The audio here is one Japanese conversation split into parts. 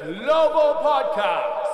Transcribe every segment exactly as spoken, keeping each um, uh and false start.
Global Podcast.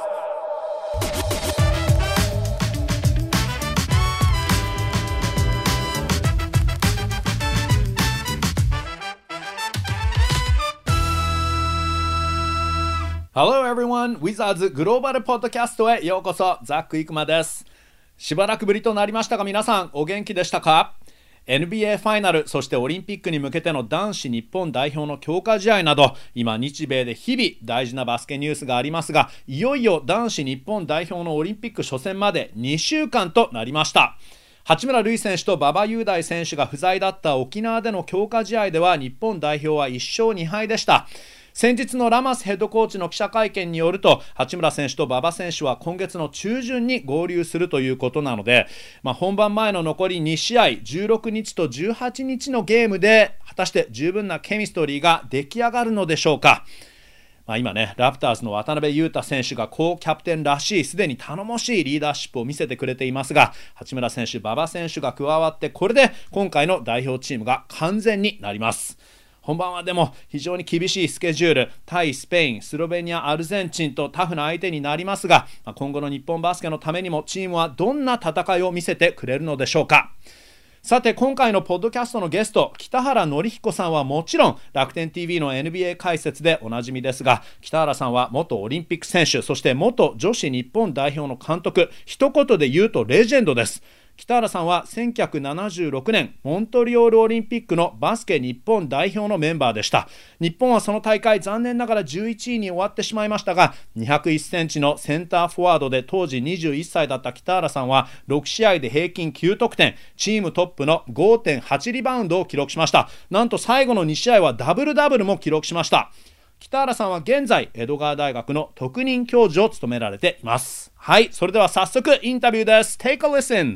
Hello everyone! ウィザーズグローバルポッドキャストへようこそ。ザック・イクマです。しばらくぶりとなりましたが、皆さんお元気でしたか？ エヌビーエー ファイナル、そしてオリンピックに向けての男子日本代表の強化試合など、今日米で日々大事なバスケニュースがありますが、いよいよ男子日本代表のオリンピック初戦までにしゅうかんとなりました。八村塁選手と馬場雄大選手が不在だった沖縄での強化試合では、日本代表はいっしょうにはいでした。先日のラマスヘッドコーチの記者会見によると、八村選手と馬場選手は今月の中旬に合流するということなので、まあ、本番前の残りにしあい、じゅうろくにちとじゅうはちにちのゲームで果たして十分なケミストリーが出来上がるのでしょうか。まあ、今ね、ラプターズの渡邊雄太選手がコーキャプテンらしい、すでに頼もしいリーダーシップを見せてくれていますが、八村選手、馬場選手が加わって、これで今回の代表チームが完全になります。本番はでも非常に厳しいスケジュール、対スペイン、スロベニア、アルゼンチンとタフな相手になりますが、今後の日本バスケのためにもチームはどんな戦いを見せてくれるのでしょうか。さて、今回のポッドキャストのゲスト、北原紀彦さんはもちろん楽天 ティーブイ の エヌビーエー 解説でおなじみですが、北原さんは元オリンピック選手、そして元女子日本代表の監督、一言で言うとレジェンドです。北原さんはせんきゅうひゃくななじゅうろくねんモントリオールオリンピックのバスケ日本代表のメンバーでした。日本はその大会残念ながらじゅういちいに終わってしまいましたが、にひゃくいっセンチのセンターフォワードで当時にじゅういっさいだった北原さんはろくしあいで平均きゅうとくてん、チームトップの ごてんはち リバウンドを記録しました。なんと最後のにしあいはダブルダブルも記録しました。北原さんは現在江戸川大学の特任教授を務められています。はい、それでは早速インタビューです。 Take a listen。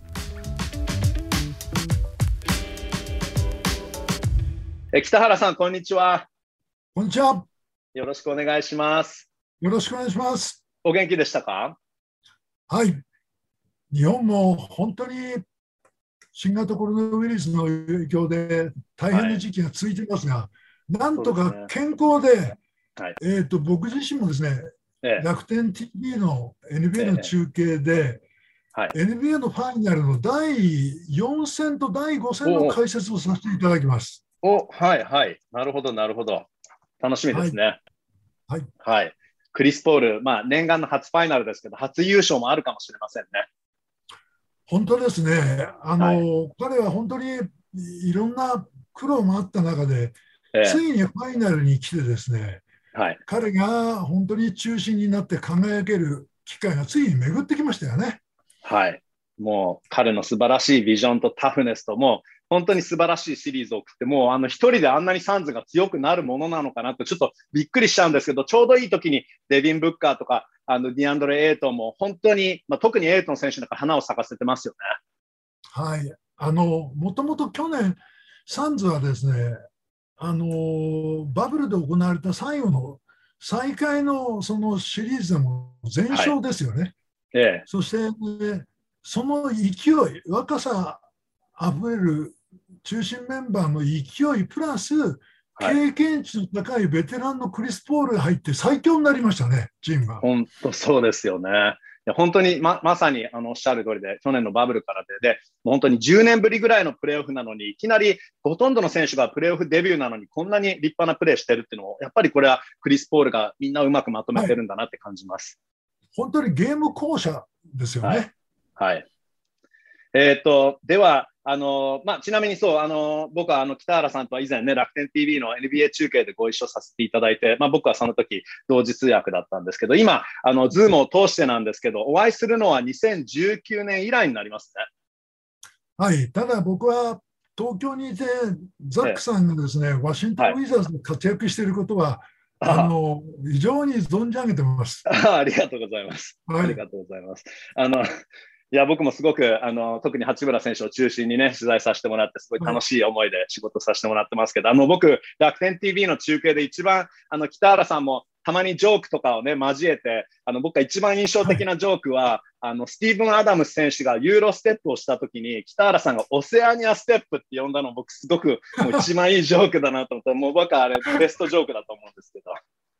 え北原さん、こんにちは。 こんにちは。 よろしくお願いします。 よろしくお願いします。 お元気でしたか？ はい。日本も本当に新型コロナウイルスの影響で大変な時期が続いていますが、はい、なんとか健康で、はい、えーと、僕自身もですね、ええ、楽天 ティーブイ の エヌビーエー の中継で、ええはい、エヌビーエー のファイナルのだいよんせんとだいごせんの解説をさせていただきます。 お、はいはい。なるほど、なるほど。楽しみですね。 はい。 はい。クリス・ポール、まあ、念願の初ファイナルですけど、初優勝もあるかもしれませんね。 本当ですね。あの、はい、彼は本当にいろんな苦労もあった中で、ええ、ついにファイナルに来てですね、はい、彼が本当に中心になって輝ける機会がついに巡ってきましたよね。 はい。もう彼の素晴らしいビジョンとタフネスと、もう本当に素晴らしいシリーズを送って、もうあの一人であんなにサンズが強くなるものなのかなとちょっとびっくりしちゃうんですけど、ちょうどいい時にデビン・ブッカーとかあのディアンドレ・エイトンも本当に、まあ、特にエイトン選手なんか花を咲かせてますよね。 はい。あの、もともと去年サンズはですね、あのバブルで行われた最後の再開のそのシリーズでも全勝ですよね。はい、ええ、そして、ね、その勢い、若さあふれる中心メンバーの勢いプラス、経験値の高いベテランのクリス・ポールが入って最強になりましたね、チームが。 本当そうですよね。いや本当に ま, まさにあのおっしゃる通りで、去年のバブルからで、で本当にじゅうねんぶりぐらいのプレーオフなのに、いきなりほとんどの選手がプレーオフデビューなのに、こんなに立派なプレーしてるっていうのも、やっぱりこれはクリス・ポールがみんなうまくまとめてるんだなって感じます。 はい、本当にゲーム巧者ですよね。 はい、はいえー、とではあの、まあ、ちなみにそうあの僕はあの北原さんとは以前ね、楽天 ティーブイ の エヌビーエー 中継でご一緒させていただいて、まあ、僕はその時同時通訳だったんですけど、今あの Zoom を通してなんですけど、お会いするのはにせんじゅうきゅうねん以来になりますね。 はい、ただ僕は東京にいてザックさんがですね、ええ、ワシントン・ウィザーズで活躍していることは、はい、あの非常に存じ上げてます。 あ, ありがとうございます、はい、ありがとうございます。あのいや僕もすごくあの特に八村選手を中心にね取材させてもらって、すごい楽しい思いで仕事させてもらってますけど、はい、あの僕楽天 ティーブイ の中継で一番あの北原さんもたまにジョークとかをね交えて、あの僕が一番印象的なジョークは、はい、あのスティーブン・アダムス選手がユーロステップをした時に北原さんがオセアニアステップって呼んだのを、僕すごくもう一番いいジョークだなと思ってもう僕はあれベストジョークだと思うんですけど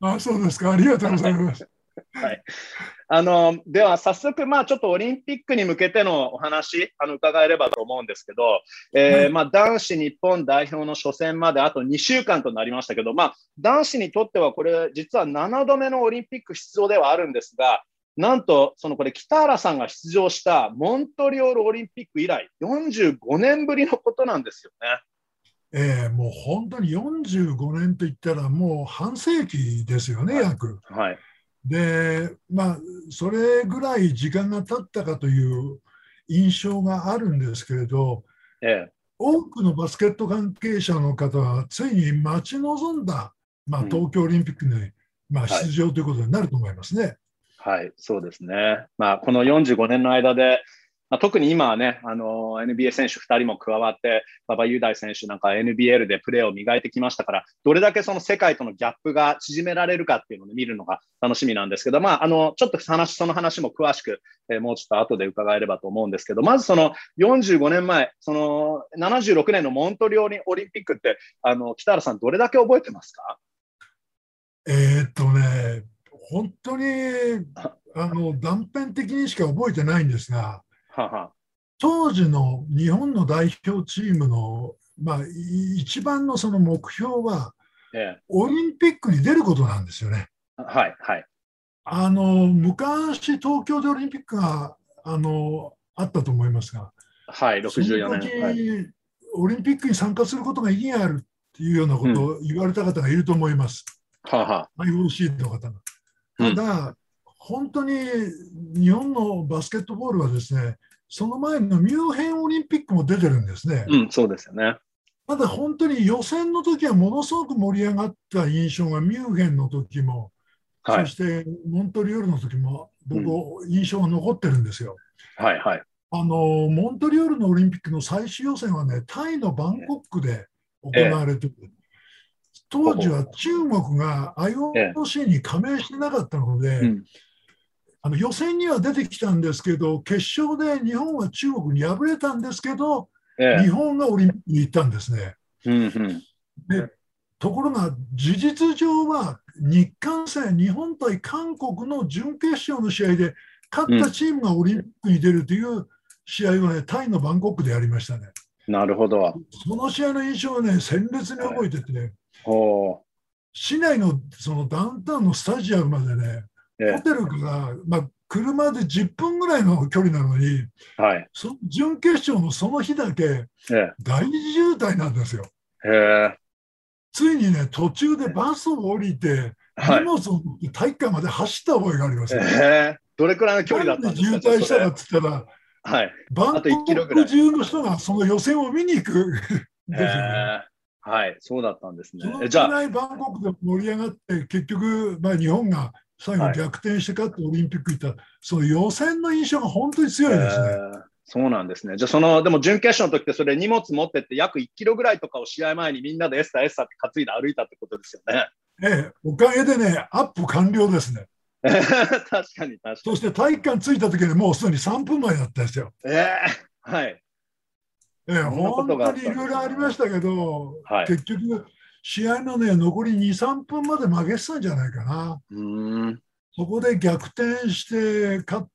あ、そうですか。ありがとうございます。 はい。あの、では早速、まあちょっとオリンピックに向けてのお話、あの、伺えればと思うんですけど、えー、まあ男子日本代表の初戦まであとにしゅうかんとなりましたけど、まあ男子にとってはこれ、実はななどめのオリンピック出場ではあるんですが、なんと、そのこれ、北原さんが出場したモントリオールオリンピック以来、よんじゅうごねんぶりのことなんですよね。 えー、もう本当によんじゅうごねんといったらもう半世紀ですよね、 はい、 約。 はい。 で、まあ、それぐらい時間が経ったかという印象があるんですけれど、 ええ、 多くのバスケット関係者の方はついに待ち望んだ、まあ、 うん、 東京オリンピックに、まあ、 はい、 出場ということになると思いますね。 はい、そうですね。まあ、このよんじゅうごねんの間で、まあ、特に今はね、あの、エヌビーエー 選手ふたりも加わって、馬場雄大選手なんか エヌビーエル でプレーを磨いてきましたから、どれだけその世界とのギャップが縮められるかっていうのを見るのが楽しみなんですけど、まあ、あの、ちょっと話、その話も詳しく、えー、もうちょっと後で伺えればと思うんですけど、まずそのよんじゅうごねんまえ、そのななじゅうろくねんのモントリオールオリンピックって、あの、北原さんどれだけ覚えてますか？ えーっとね、本当にあの断片的にしか覚えてないんですが、 はは。 当時の日本の代表チームの、まあ、一番のその目標は、 ええ、 オリンピックに出ることなんですよね。 はい、はい。 あの昔、東京でオリンピックがあのあったと思いますが、 はい、64 その年。はい。 時オリンピックに参加することが意義があるっていうようなことを言われた方がいると思います、 はは。 アイオーシー の方が。 うん、 ただ、本当に日本のバスケットボールはですね、その前のミュンヘンオリンピックも出てるんですね。 うん、そうですよね。 ただ本当に予選の時はものすごく盛り上がった印象がミュンヘンの時も、 はい。 そしてモントリオールの時も僕、 うん、 印象が残ってるんですよ。 はい、はい。 あのモントリオールのオリンピックの最終予選はね、タイのバンコクでええ、 行われてる。当時ほほ。 は中国がええ、 アイオーシー に加盟してなかったので、 うん、 あの予選には出てきたんですけど、決勝で日本は中国に敗れたんですけど、 え日え、 本がオリンピックに行ったんですね。 うん、うん。 でところが、事実上は日韓戦、日本対韓国の準決勝の試合で勝ったうん、 チームがオリンピックに出るという試合をね、タイのバンコクでやりましたね。 なるほど。はその試合の印象をね、鮮烈に覚えい。 てて、 ほ市内のそのダウンタウンのスタジアムまでね、 う。ええ、 ホテルから、まあ、車でじゅっぷんぐらいの距離なのに、 はい。 その準決勝のその日だけえ大渋滞なんですよ。 え、へえ、 ついにね、途中でバスを降りて、荷はい。 物を持って体育館まで走った覚えがありますえよ。 え、どれくらいの距離だなんでったんですか、じゃあ、 渋滞したかそれ。 っつったら、 はい。 バンあといちキロコぐらい。 ク中の人がその予選を見に行くんへですよね。 え、はい。そうだったんですね。 そのえ、じゃあ、 ぐらいバンコクで盛り上がって、結局、まあ、日本が最後はい。 逆転して勝ってオリンピック行った、その予選の印象が本当にえ強いですね。 ー、そうなんですね。じゃあ、その、でも準決勝の時ってそれ荷物持ってって約いちキロぐらいとかを試合前にみんなでエッサエッサって担いで歩いたってことですよね。 ええ、おかげでね、アップ完了ですね。 確かに確かに。 そして体育館着いた時にもうすでにさんぷんまえだったんですよ。 ええ、はい。 ええ、 そんなこと本当があったんにいろいろあですね。 りましたけど、 はい。 結局、試合のね、残りに、さんぷんまで負けてたんじゃないかな。 うーん。 そこで逆転して勝って、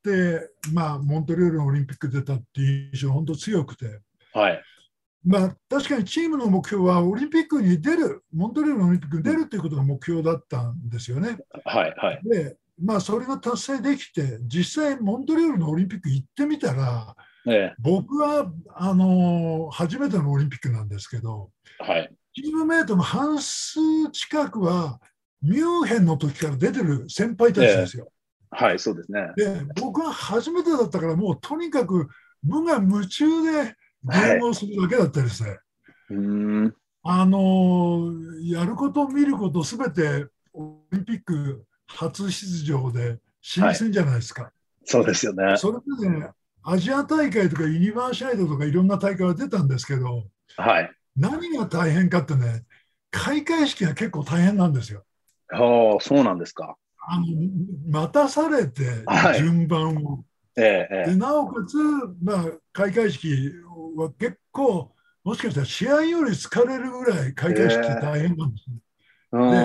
まあ、モントリオールのオリンピック出たっていう印象が本当強くて、 はい。 まあ、確かにチームの目標はオリンピックに出る、モントリオールのオリンピックに出うん。 るということが目標だったんですよね。 はい。はい。 で、まあ、それが達成できて、実際、モントリオールのオリンピック行ってみたら、 ええ。 僕はあの初めてのオリンピックなんですけど、 はい。 チームメイトの半数近くはミュンヘンの時から出てる先輩ええ。 たちですよ。 はい。そうですね。 で、僕は初めてだったから、もうとにかく無我夢中でゲはい。 ームをするだけだったですね。 うーん。 あのやること、見ること、すべてオリンピック初出場で新はい。 鮮じゃないですか。 そうですよね。 それまでね、アジア大会とかユニバーシアイドとかいろんな大会は出たんですけど、 はい。 何が大変かってね、開会式が結構大変なんですよ。 ああ、そうなんですか。 あの待たされてはい。 順番を。 ええ。えで、 え。 なおかつ、まあ、開会式は結構、もしかしたら試合より疲れるぐらいえ開会式ってえ。 大変なんですね。 うで、 ん。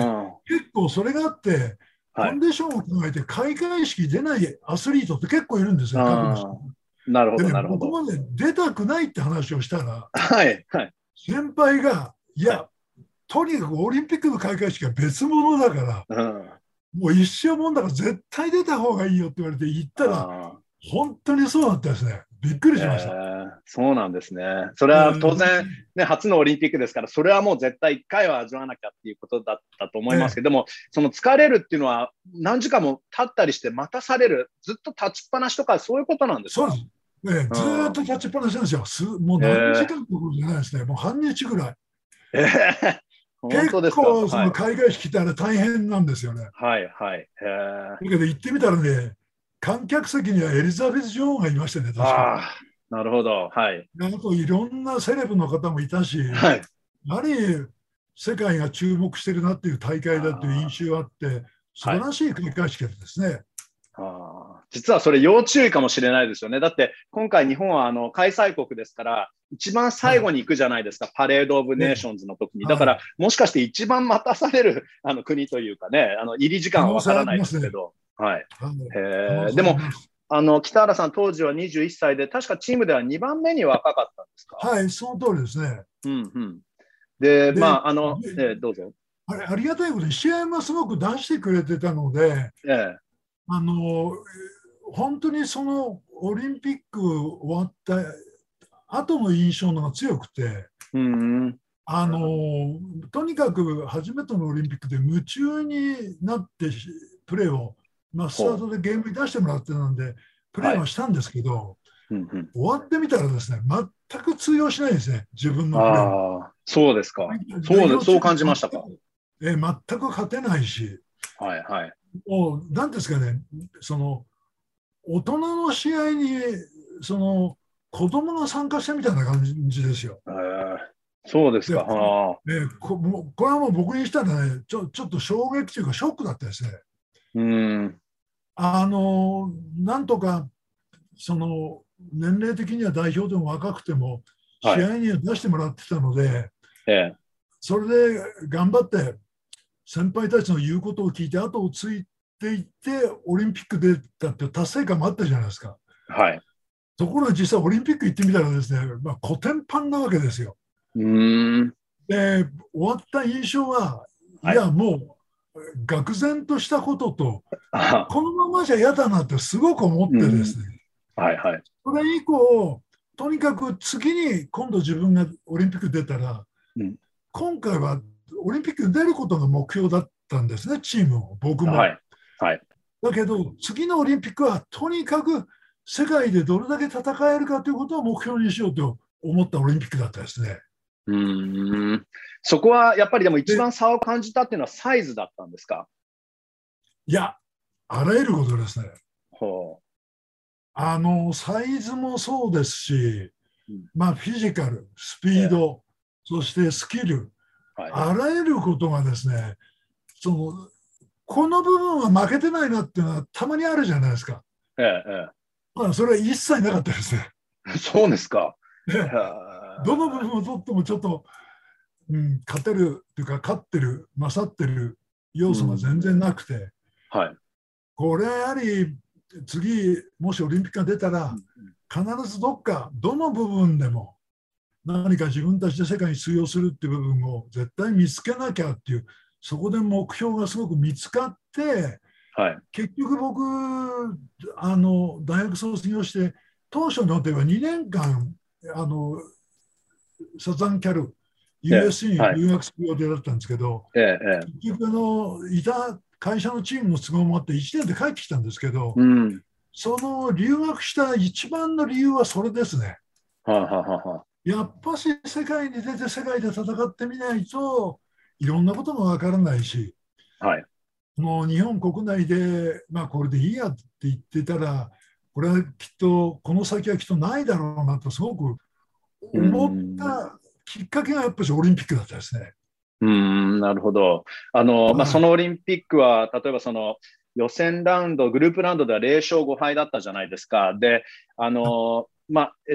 結構それがあって、コンディションを考えて開会式出ないアスリートって結構いるんですよ、過去の人。 なるほど、 でね、 なるほど。 僕まで出たくないって話をしたら、 はい、はい。 先輩が、いや、とにかくオリンピックの開会式は別物だから、うん、もう一生もんだから絶対出た方がいいよって言われて行ったら、本当にそうだったですね。びっくりしました。えー、そうなんですね。それは当然、ね、初のオリンピックですから、それはもう絶対いっかいは味わわなきゃっていうことだったと思いますけど、えー、でも、その疲れるっていうのは、何時間も経ったりして待たされる、ずっと立ちっぱなしとか、そういうことなんですか？ そうです。ね、ずーっと立ちっぱなしなんですよ。すもう何時間とかじゃないですね。もう半日ぐらい。 えー結構その開会式ってあれ大変なんですよね。 はいはい。えー、だけど行ってみたらね、観客席にはエリザベス女王がいましたね、確か。 あ、なるほど。はい。 あといろんなセレブの方もいたし、はい、やはり世界が注目してるなっていう大会だという印象があって、素晴らしい開会式ですね。はい、 あ、実はそれ要注意かもしれないですよね。だって今回日本はあの開催国ですから、一番最後に行くじゃないですか、はい、パレード・オブ・ネーションズの時に。だから、はい、もしかして一番待たされるあの国というかね、あの入り時間はわからないですけど。はい。へでも、あの北原さん、当時はにじゅういっさいで、確かチームではにばんめに若かったんですか？ はい、その通りですね。 うんうん、で、でまあ、あの、えー、どうぞ。 あれ、ありがたいことに、試合もすごく出してくれてたので、ええ、あの本当にそのオリンピック終わった後の印象のが強くて、うん、あのとにかく初めてのオリンピックで夢中になってプレーを、まあ、スタートでゲームに出してもらってたんでプレーはしたんですけど、はいうんうん、終わってみたらですね全く通用しないですね、自分のプレーは。 あ、そうですか。そう、そう感じましたか。 え全く勝てないし、 はいはい、 もう何ですかね、その大人の試合にその子供が参加したみたいな感じですよ。 えー、そうですか。 これ、えー、こ, これはもう僕にしたらねちょ、ちょっと衝撃というかショックだったですね。うんあのなんとかその年齢的には代表でも若くても試合には出してもらってたので、はいえー、それで頑張って先輩たちの言うことを聞いて後をついていってオリンピック出たって達成感もあったじゃないですか。はい、ところが実際オリンピック行ってみたらですね、まあ、コテンパンなわけですよ。うんで終わった印象は、はい、いやもう愕然としたこととこのままじゃ嫌だなってすごく思ってですね、はいはい、それ以降とにかく次に今度自分がオリンピック出たら、うん、今回はオリンピックに出ることが目標だったんですね、チームも僕も。はいはい、だけど次のオリンピックはとにかく世界でどれだけ戦えるかということを目標にしようと思ったオリンピックだったですね。 うんそこはやっぱりでも一番差を感じたっていうのはサイズだったんですか？ いや、あらゆることですね。ほうあのサイズもそうですし、まあ、フィジカル、スピード、そしてスキル、はい、あらゆることがですね、そのこの部分は負けてないなっていうのはたまにあるじゃないですか。ええ、まあ、それは一切なかったですね。 そうですか。 どの部分を取ってもちょっと、うん、勝てるというか勝ってる勝ってる要素が全然なくて、うんはい、これやはり次もしオリンピックが出たら必ずどっかどの部分でも何か自分たちで世界に通用するっていう部分を絶対見つけなきゃっていう、そこで目標がすごく見つかって、はい、結局僕あの大学卒業して当初の予定はにねんかんあのサザンキャル ユーエスシー に留学する予定だったんですけど、ええ、結局あのいた会社のチームの都合もあっていちねんで帰ってきたんですけど、うん、その留学した一番の理由はそれですね。はあはあはあ、やっぱし世界に出て世界で戦ってみないといろんなこともわからないし、はい、もう日本国内で、まあ、これでいいやって言ってたらこれはきっとこの先はきっとないだろうなとすごく思ったきっかけがやっぱりオリンピックだったですね。 うーんなるほど。あの、はいまあ、そのオリンピックは例えばその予選ラウンドグループラウンドではゼロ勝ご敗だったじゃないですか。であの、まあえっと、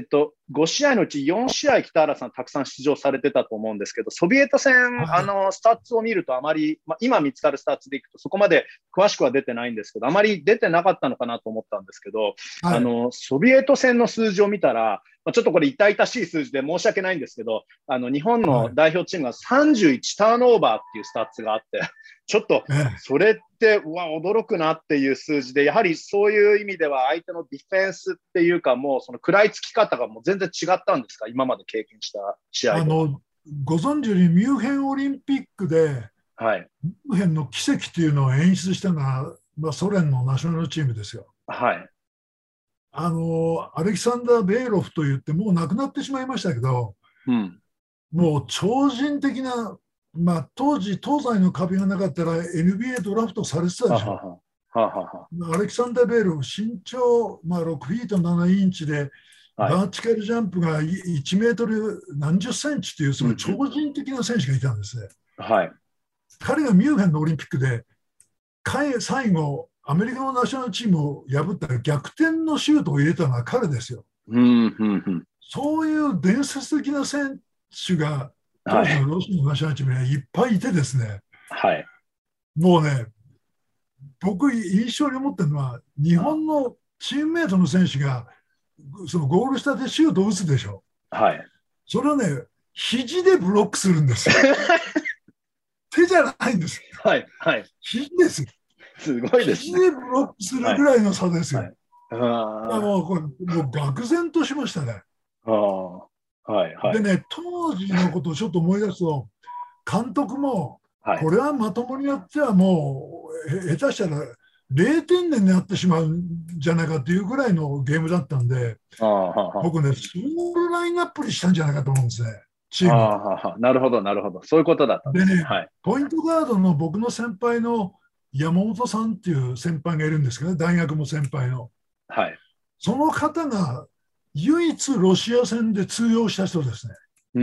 ご試合のうちよん試合、北原さんたくさん出場されてたと思うんですけど、ソビエト戦、 はい、 あの、スタッツを見るとあまり、まあ、今見つかるスタッツでいくとそこまで詳しくは出てないんですけど、あまり出てなかったのかなと思ったんですけど、はい、あの、ソビエト戦の数字を見たら、まあ、ちょっとこれ痛々しい数字で申し訳ないんですけど、あの、日本の代表チームがさんじゅういちターンオーバーっていうスタッツがあって、ちょっと、それって、うわ、驚くなっていう数字で、やはりそういう意味では相手のディフェンスっていうか、もうその食らいつき方がもう全然違ったんですか、今まで経験した試合と。 あの、ご存知よりミュンヘンオリンピックで、はい、ミュンヘンの奇跡っていうのを演出したのは、まあ、ソ連のナショナルチームですよ。 はい。 あの、アレキサンダー・ベイロフといって、もう亡くなってしまいましたけど、うん、もう超人的な、まあ、当時、東西の壁がなかったら エヌビーエー ドラフトされてたでしょ。ははははアレキサンダー・ベイロフ、身長、まあ、ろくフィートななインチで、はい、バーティカルジャンプがいちメートル何十センチという、その超人的な選手がいたんですね。はい、彼がミュンヘンのオリンピックで、最後、アメリカのナショナルチームを破ったら逆転のシュートを入れたのは彼ですよ。うんうんうん、そういう伝説的な選手が当時のロシアのナショナルチームにはいっぱいいてですね、はい、もうね、僕印象に思ってるのは日本のチームメートの選手がそのゴール下でシュートを打つでしょ。はい、それはね、肘でブロックするんですよ。手じゃないんです。はいはい、肘です。すごいですね。肘でブロックするぐらいの差ですよ。はいはい、もうこれもう愕然としましたね。あ、はいはい、でね、当時のことをちょっと思い出すと、監督も、これはまともにやってはもう、下手したられいてんでになってしまうんじゃないかっていうぐらいのゲームだったんで、僕ね、スモールラインアップにしたんじゃないかと思うんですね、チーム。あ、なるほど、なるほど、そういうことだったんですね。でね、はい、ポイントガードの僕の先輩の山本さんっていう先輩がいるんですけどね、大学の先輩の。はい、その方が唯一ロシア戦で通用した人ですね。うん、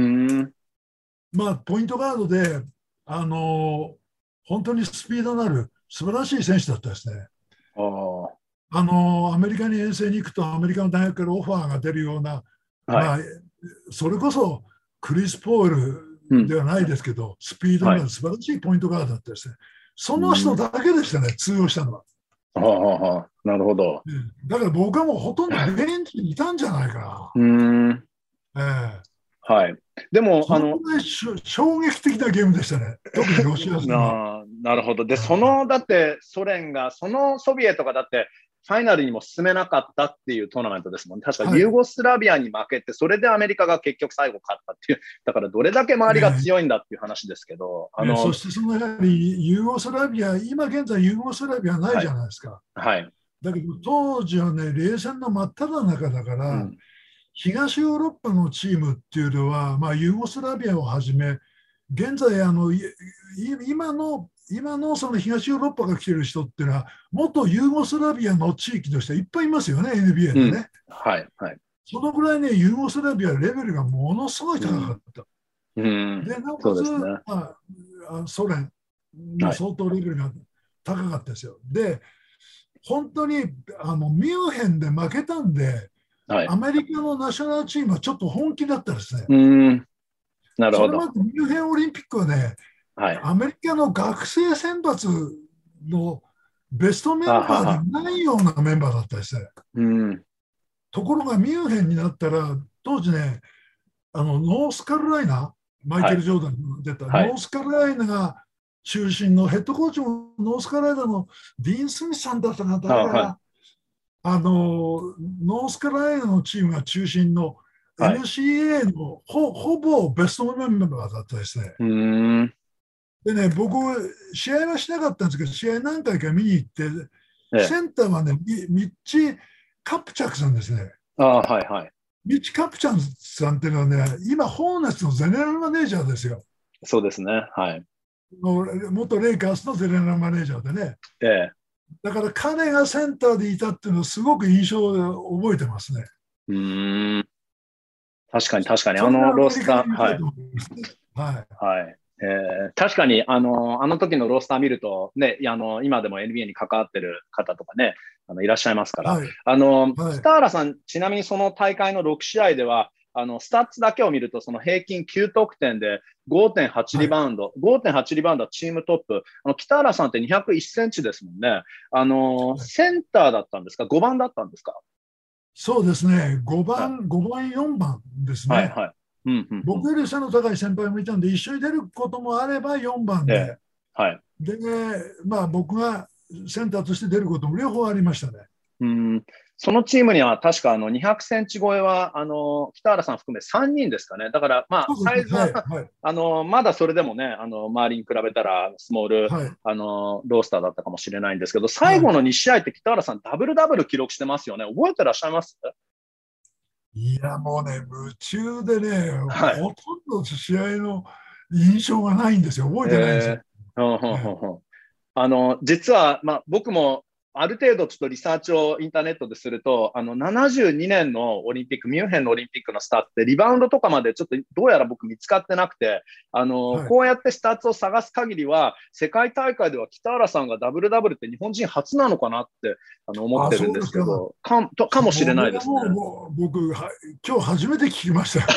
まあ、ポイントガードで、あの本当にスピードのある素晴らしい選手だったですね。ああのアメリカに遠征に行くとアメリカの大学からオファーが出るような、はい、まあ、それこそクリス・ポールではないですけど、うん、スピードのある素晴らしいポイントガードだったですね。その人だけでしたね、うん、通用したのは。はあはあ、なるほど。だから僕はもうほとんどベンチにいたんじゃないかな。うん、えー、はい。でも、あの、衝撃的なゲームでしたね。特にロシア戦は。なるほど。で、その、だってソ連が、そのソビエトがだって、ファイナルにも進めなかったっていうトーナメントですもんね。確かユーゴスラビアに負けて、それでアメリカが結局最後勝ったっていう、だからどれだけ周りが強いんだっていう話ですけど。ね、あのそしてそのやはりユーゴスラビア、今現在ユーゴスラビアないじゃないですか。はい。はい、だけど当時はね、冷戦の真っ只中だから、うん、東ヨーロッパのチームっていうのは、まあ、ユーゴスラビアをはじめ、現在あの、今の今のその東ヨーロッパが来てる人っていうのは、元ユーゴスラビアの地域の人はいっぱいいますよね、エヌビーエー でね。うん、はいはい、そのぐらいね、ユーゴスラビアレベルがものすごい高かった。うん、で、なおかつ、ね、まあ、ソ連も相当レベルが高かったですよ。はい、で、本当にあのミュンヘンで負けたんで、はい、アメリカのナショナルチームはちょっと本気だったですね。うん、なるほど。それまでミュンヘンオリンピックはね、はい、アメリカの学生選抜のベストメンバーでないようなメンバーだったですね。うん、ところがミュンヘンになったら、当時ね、あのノースカロライナ、マイケル・ジョーダンが出た、はい、ノースカロライナが中心のヘッドコーチもノースカロライナのディーン・スミスさんだったかな、誰か、あのノースカロライナのチームが中心の エヌシーエー の ほ, ほぼベストメンバーだったですね。うん、でね、僕、試合はしなかったんですけど、試合何回か見に行って、ええ、センターはね、ミッチ・カプチャクさんですね。あ、はいはい、ミッチ・カプチャクさんっていうのはね、今、ホーネッツのゼネラルマネージャーですよ。そうですね、はい。元レイカーズのゼネラルマネージャーでね。ええ、だから彼がセンターでいたっていうのをすごく印象で覚えてますね。うーん、確かに確かに、あのロースター、はい。はい。はい。 えー、確かに、あの、あの時のロースター見ると、ね、あの、今でも エヌビーエー に関わってる方とかね、あの、いらっしゃいますから、 はい、 あの、 はい。 北原さん、ちなみにその大会のろく試合では、あの、スタッツだけを見ると、その平均きゅう得点でごてんはちリはい。 バウンド、ごてんはちリバウンドはチームトップ。あの、北原さんってにひゃくいっセンチですもんね。あの、センターだったんですか？ ご 番だったんですか？ そうですね、5 はい。 番、ごばん、よんばんですはい、 ね。 はい。うん、うん、うん。 僕より背の高い先輩もいたんで、一緒に出ることもあればよんばんで、 ええ、はい。 で、まあ、僕がセンターとして出ることも両方ありましたね。 うん、そのチームには確かあのにひゃくセンチ超えはあの北原さん含めさんにんですかね。だからまあそうですね。 サイズははい、はい、 あのまだそれでもね、あの周りに比べたらスモールはい、 あのロースターだったかもしれないんですけど、最はい。 後のに試合って北原さんダブルダブル記録してますよね。覚えてらっしゃいます？ いや、もうね、夢中でね、 はい。 ほとんど試合の印象がないんですよ。覚えてないんですよ。 えー、ほんほんほね、 んほんあの、実は、まあ、僕もある程度ちょっとリサーチをインターネットですると、あの、ななじゅうにねんのオリンピック、ミュンヘンのオリンピックのスタッツで、リバウンドとかまでちょっとどうやら僕見つかってなくて、あの、 はい。 こうやってスタッツを探す限りは、世界大会では北原さんがダブルダブルって日本人初なのかなって、あの、思っあ、 てるんでそうですか。 すけど、か、とかそもしれないれはですね。 もう、もう僕は、今日初めて聞きましたよ。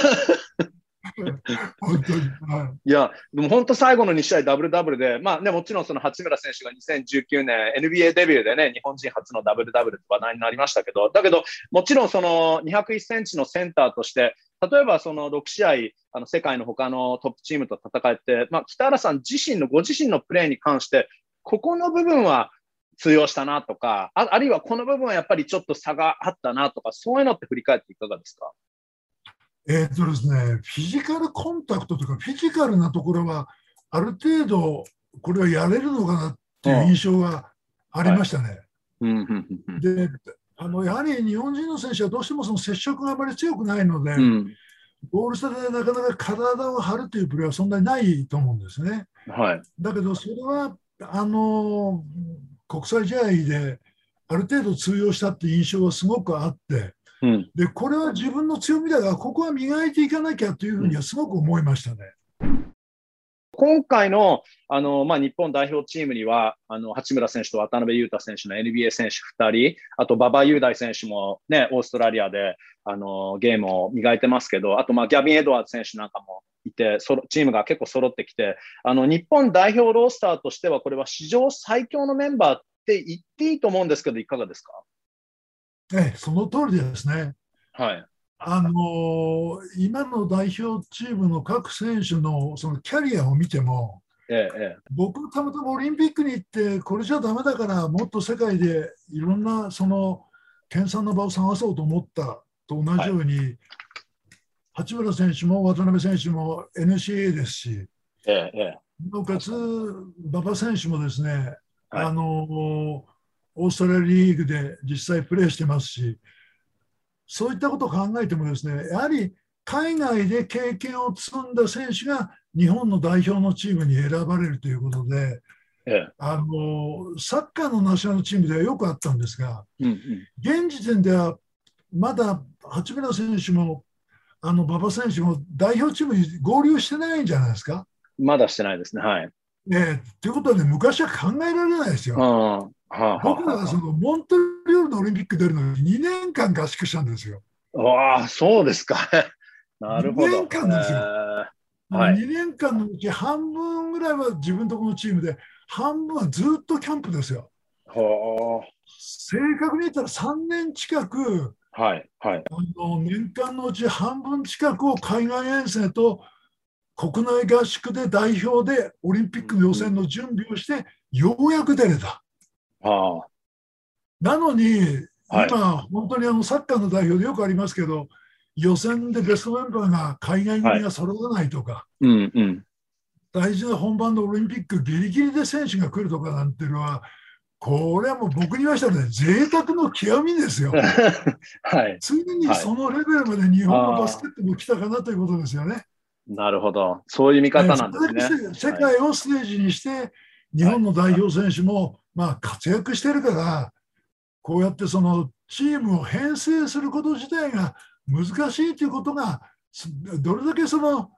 本当に。はい。 いや、でも本当最後のに試合ダブルダブルで、まあね、もちろんその八村選手がにせんじゅうきゅうねん エヌビーエー デビューでね、日本人初のダブルダブルって話題になりましたけど、だけど、もちろんそのにひゃくいっセンチのセンターとして、例えばそのろく試合、あの世界の他のトップチームと戦えて、まあ、北原さん自身のご自身のプレーに関して、ここの部分は通用したなとか、ああるいはこの部分はやっぱりちょっと差があったなとか、そういうのって振り返っていかがですか？ えーとですね、フィジカルコンタクトとか、フィジカルなところは、ある程度、これはやれるのかなっていううん。 印象がありはい。 ましたね。 うん、うん、うん、 で、あのやはり日本人の選手はどうしてもその接触があまり強くないので、 うん。 ゴール下でなかなか体を張るというプレーはそんなにないと思うんですね。 はい。 だけど、それはあの国際試合である程度通用したっていう印象はすごくあって、 うん。 でこれは自分の強みだが、ここは磨いていかなきゃというふうにうん。 はすごく思いましたね。 今回の、あの、まあ、日本代表チームには、あの、八村選手と渡辺裕太選手の エヌビーエー 選手ふたり、あと馬場雄大選手もね、オーストラリアで、あの、ゲームを磨いてますけど、あと、まあ、ギャビン・エドワーズ選手なんかもいて、そチームが結構揃ってきて、あの、日本代表ロースターとしては、これは史上最強のメンバーって言っていいと思うんですけど、いかがですか？ ええ、その通りですね。 はい。 あの今の代表チームの各選手のそのキャリアを見ても、 ええ、ええ。 僕、たまたまオリンピックに行って、これじゃだめだから、もっと世界でいろんなその研鑽の場を探そうと思ったと同はい。 じように、八村選手も渡辺選手も エヌシーエー ですし、 ええ、ええ。 なおかつ確かに。 馬場選手もですね、 はい。 あのオーストラリアリーグで実際プレーしてますし、そういったことを考えてもですね、やはり海外で経験を積んだ選手が日本の代表のチームに選ばれるということで、 ええ。 あのサッカーのナショナルチームではよくあったんですが、 うん、うん。 現時点ではまだ八村選手もあの馬場選手も代表チームに合流してないんじゃないですか。 まだしてないですね。はい。 えー、ということはね、昔は考えられないですうん。 よ。 はあ、はあ、 僕らはあ。 がそのモントリオールのオリンピック出るのににねんかん合宿したんですよ。 わあ、そうですか。なるほ 2 ど。え年間ですよ。 ー、 でもはい。 にねんかんのうち半分ぐらいは自分とこのチームで、半分はずっとキャンプですよ。 ほ正確に言ったらさんねん近く、 ー。はい、はい。 あの年間のうち半分近くを海外遠征と国内合宿で代表でオリンピックの予うん、 選の準備をして、ようやく出れた。 はなのに、 あ、はい、 今、本当にあのサッカーの代表でよくありますけど、予選でベストメンバーが海外はい。 組が揃わないとか、 うん、うん。 大事な本番のオリンピックギリギリで選手が来るとかなんていうのは、これはもう僕に言わせたらね、贅沢の極みですよ。 はい、 ついにはい。 そのレベルまで日本のバスああ、 ケットも来たかなということですよね。 なるほど。そういう見え方なんでそれだけすね。 世はい、 界をステージにして、日はい。 本の代表選手もまあ活躍してるから、こうやってそのチームを編成すること自体が難しいということが、どれだけその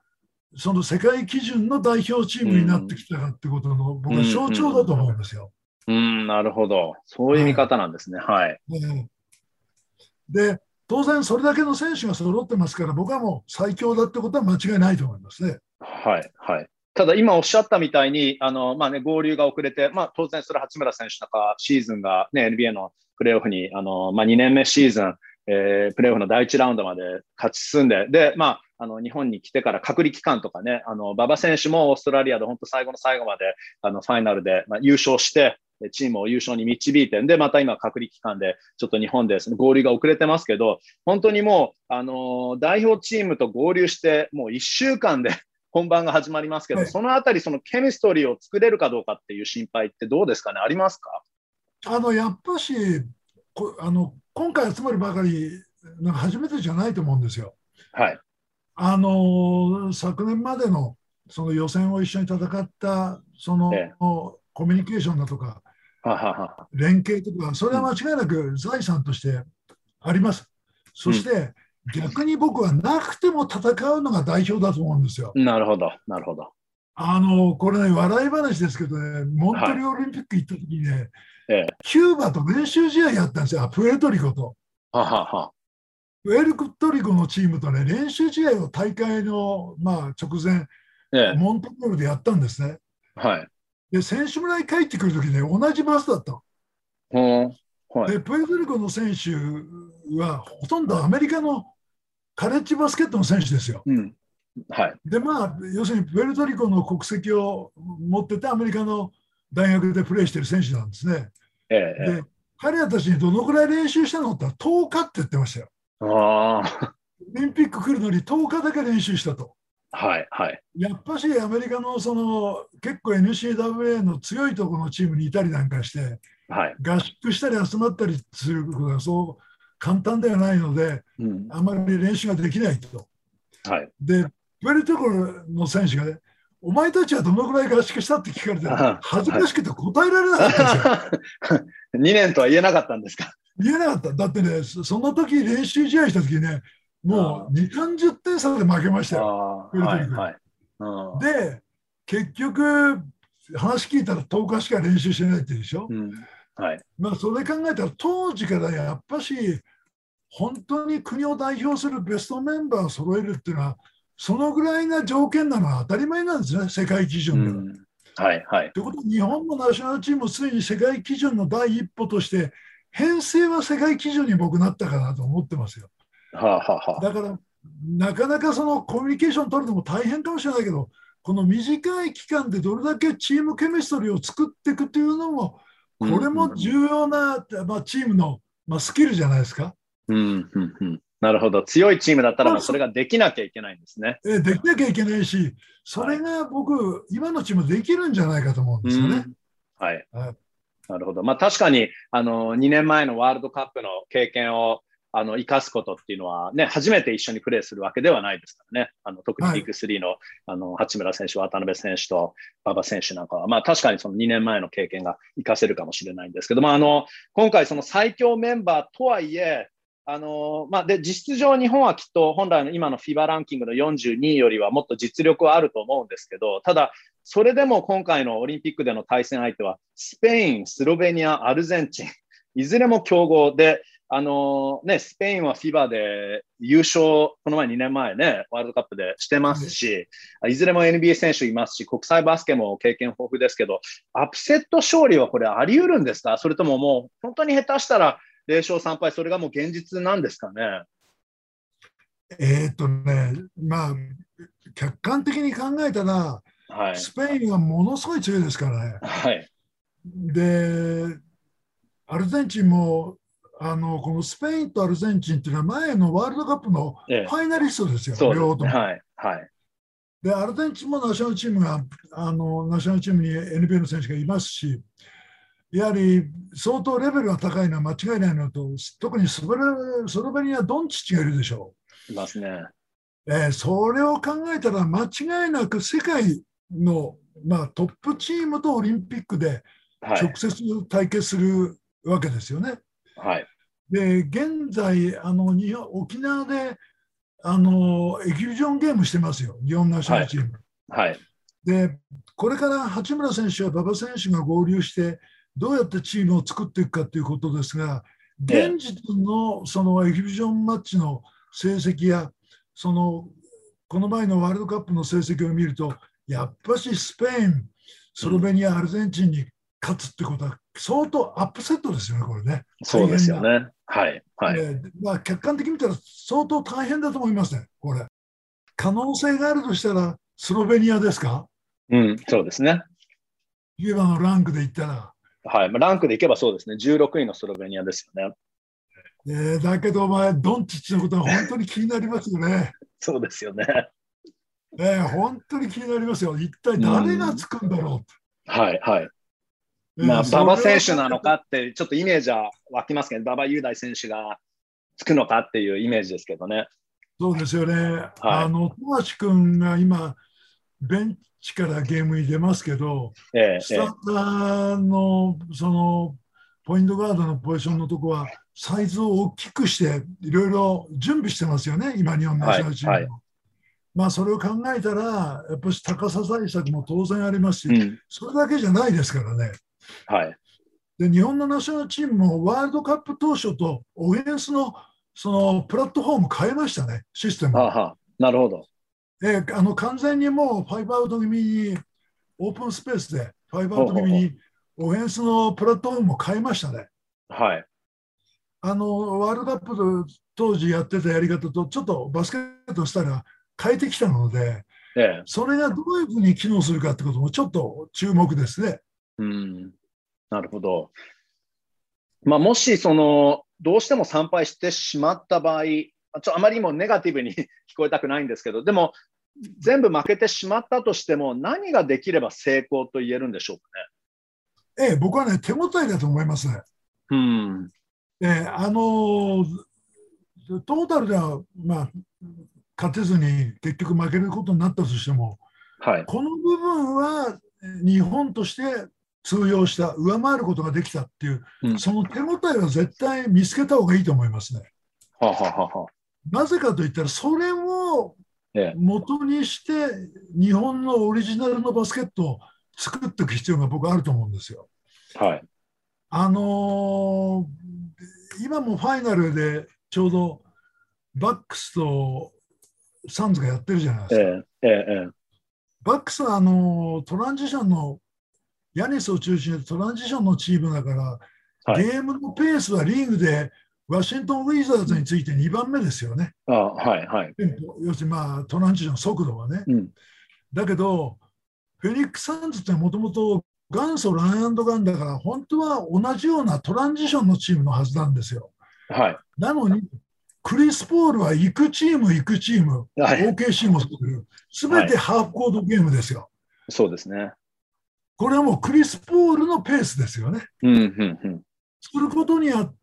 その世界基準の代表チームになってきたかってことの、僕は象徴だと思いますよ。 うん、うんうん、なるほど。そういう見方なんですね。はい。 はい、で、当然それだけの選手が揃ってますから、僕はもう最強だってことは間違いないと思いますね。 はい、はい。ただ今おっしゃったみたいに、あの、まあね、合流が遅れて、まあ当然それ八村選手とかシーズンがね、エヌビーエー のプレーオフに、あの、まあにねんめシーズン、えー、プレーオフのだいいちラウンドまで勝ち進んで、で、まあ、あの、日本に来てから隔離期間とかね、あの、馬場選手もオーストラリアで本当最後の最後まで、あの、ファイナルで、まあ、優勝して、チームを優勝に導いて、で、また今隔離期間で、ちょっと日本で合流が遅れてますけど、本当にもう、あの、代表チームと合流して、もういっしゅうかんで本番が始まりますけど、はい、そのあたり、そのケミストリーを作れるかどうかっていう心配ってどうですかね、ありますか？ あの、やっぱし、あの、今回集まるばかり、なんか初めてじゃないと思うんですよ。 はい。 あの、昨年までのその予選を一緒に戦ったその、ええ、コミュニケーションだとか、 ははは連携とか、それは間違いなく財産としてあります。そして、逆に僕はなくても戦うのが代表だと思うんですよ。 なるほど、なるほど。 あの、これね、笑い話ですけどね、モントリオオリンピック行った時にね、はい、ええ、キューバと練習試合やったんですよ、プエルトリコと。 はははプエルトリコのチームとね、練習試合を大会の、まあ、直前、ええ、モントリオールでやったんですね。 はい。 で、選手村に帰ってくるときね、同じバスだったの。 はい、で、プエルトリコの選手は、ほとんどアメリカのカレッジバスケットの選手ですよ。 うんはい、 で、まあ、要するにプエルトリコの国籍を持ってて、アメリカの大学でプレーしている選手なんですね。 ええ、 で、彼らたちにどのくらい練習したのって言ったら、とおかって言ってましたよ。 あオリンピック来るのにとおかだけ練習したと。 はいはい、 やっぱしアメリカのその結構 エヌシーダブリューエー の強いところのチームにいたりなんかして、 はい、 合宿したり集まったりすることがそう簡単ではないので、うん、あまり練習ができないと。 はい、で、 プエルトリコの選手がね、お前たちはどのくらい合宿したって聞かれて、恥ずかしくて答えられなかったんですよ。 にねんとは言えなかったんですか？ 言えなかった。だってね、その時練習試合した時ね、もうにじゅう、さんじゅってん差で負けましたよ。 はいはいで、結局、話聞いたらとおかしか練習してないって言うでしょ。 うんはいまあ、それ考えたら、当時からやっぱし、本当に国を代表するベストメンバーを揃えるっていうのは、そのぐらいな条件なのは当たり前なんですね、世界基準では。 うんはいはい、 ということは、日本のナショナルチームもすでに世界基準の第一歩として、編成は世界基準に僕なったかなと思ってますよ。 はあはあはあ、 だから、なかなかそのコミュニケーション取るのも大変かもしれないけど、この短い期間でどれだけチームケミストリーを作っていくというのも、これも重要な、まあ、チームの、まあ、スキルじゃないですか。 うんうんうん、なるほど。強いチームだったら、それができなきゃいけないんですね。 えできなきゃいけないし、それが僕、はい、今のチームできるんじゃないかと思うんですよね。 はい、はい。なるほど。まあ、確かにあのにねんまえのワールドカップの経験をあの生かすことっていうのは、ね、初めて一緒にプレーするわけではないですからね。あの特にビッグスリーの、はい、あの八村選手、渡辺選手と馬場選手なんかは、まあ、確かにそのにねんまえの経験が生かせるかもしれないんですけど、まあ、あの今回、その最強メンバーとはいえ、あのまあ、で実質上、日本はきっと本来の今の フィバ ランキングのよんじゅうにいよりはもっと実力はあると思うんですけど、ただ、それでも今回のオリンピックでの対戦相手はスペイン、スロベニア、アルゼンチン、いずれも強豪で、あのね、スペインは フィバ で優勝、この前にねんまえね、ワールドカップでしてますし、いずれも エヌビーエー 選手いますし、国際バスケも経験豊富ですけど、アップセット勝利はこれあり得るんですか？それとももう本当に下手したらぜろ勝さん敗、それがもう現実なんですかね？ えーっとね、まあ、客観的に考えたら、はい、スペインはものすごい強いですからね。 はい、 で、アルゼンチンも、あのこのスペインとアルゼンチンっていうのは前のワールドカップのファイナリストですよ、 ええ、 両方とも。 はいはい、 で、アルゼンチンもナショナルチームが、あのナショナルチームに エヌビーエー の選手がいますし、やはり相当レベルが高いのは間違いないのと、特にスロベニア、ドンチッチがいるでしょう。いますね。 えー、それを考えたら、間違いなく世界の、まあ、トップチームとオリンピックで直接対決するわけですよね。 はい、 で現在あの、沖縄であのエキシビジョンゲームしてますよ、日本ナショナルチーム。 はい。 で、これから八村選手や馬場選手が合流して、どうやってチームを作っていくかということですが、現時点のそのエキシビジョンマッチの成績や、そのこの前のワールドカップの成績を見ると、やっぱしスペイン、スロベニア、アルゼンチンに勝つってことは、相当アップセットですよね、これね。 そうですよね。はい。はい。 えーまあ、客観的に見たら相当大変だと思いますね、これ。可能性があるとしたら、スロベニアですか？ うん、そうですね。 今のランクで言ったら。 はい。まあ、ランクでいけばそうですね。じゅうろくいのスロベニアですよね。 えー、だけど、お前、ドンチッチのことは本当に気になりますよね。 そうですよね。 えー、本当に気になりますよ。一体誰がつくんだろうって。 はい、はい。 えーまあ、 それは馬場選手なのかって、ちょっとイメージは湧きますけど、馬場雄大選手がつくのかっていうイメージですけどね。 そうですよね。あの、富樫君が今、ベンチからゲームに出ますけど、 ええ、 スターターのそのポイントガードのポジションのとこは、サイズを大きくして、いろいろ準備してますよね、今、日本ナショナルチームも。 はいまあ、それを考えたら、やっぱり高さ対策も当然ありますし、 うん、 それだけじゃないですからね。 はい。 で、日本のナショナルチームもワールドカップ当初とオフェンスのそのプラットフォーム変えましたね、システムを。 はあはあ、なるほど。 えーあの完全にもうファイブアウト気味に、オープンスペースでファイブアウト気味にオフェンスのプラットフォームを変えましたね。 はい。 あのワールドカップ当時やってたやり方とちょっとバスケットスタイルが変えてきたので、 ええ、 それがどういうふうに機能するかってこともちょっと注目ですね。 うん、なるほど。まあ、もしそのどうしても参拝してしまった場合、ちょあまりにもネガティブに聞こえたくないんですけど、でも全部負けてしまったとしても、何ができれば成功と言えるんでしょうかええ、僕はね、手応えだと思いますね。 ね。うん、 ええ、あのトータルでは、まあ、勝てずに結局負けることになったとしても、 はい。 この部分は日本として通用した、上回ることができたっていう、 うん、 その手応えは絶対見つけた方がいいと思いますね。 はあ、はあはあ、 なぜかといったら、それをええ、 元にして、日本のオリジナルのバスケットを作っていく必要が僕はあると思うんですよ。 はい。 あのー今もファイナルでちょうどバックスとサンズがやってるじゃないですか。 ええ、ええ、 バックスはあのトランジションの、ヤニスを中心にトランジションのチームだから、 はい。 ゲームのペースはリーグでワシントン・ウィザーズについてにばんめですよね。 あ、はい、はい。 テンポ要するに、まあ、トランジション速度はね。 うん、 だけど、フェニックス・サンズってもともと元祖ラン&ガンだから、本当は同じようなトランジションのチームのはずなんですよ。 はい。 なのに、クリス・ポールは行くチーム、行くチーム、 はいオーケーシー もする、すべてハーフコートゲームですよ。 そうですね。 これはもうクリス・ポールのペースですよね。 うん、うん、うん。 作ることによって、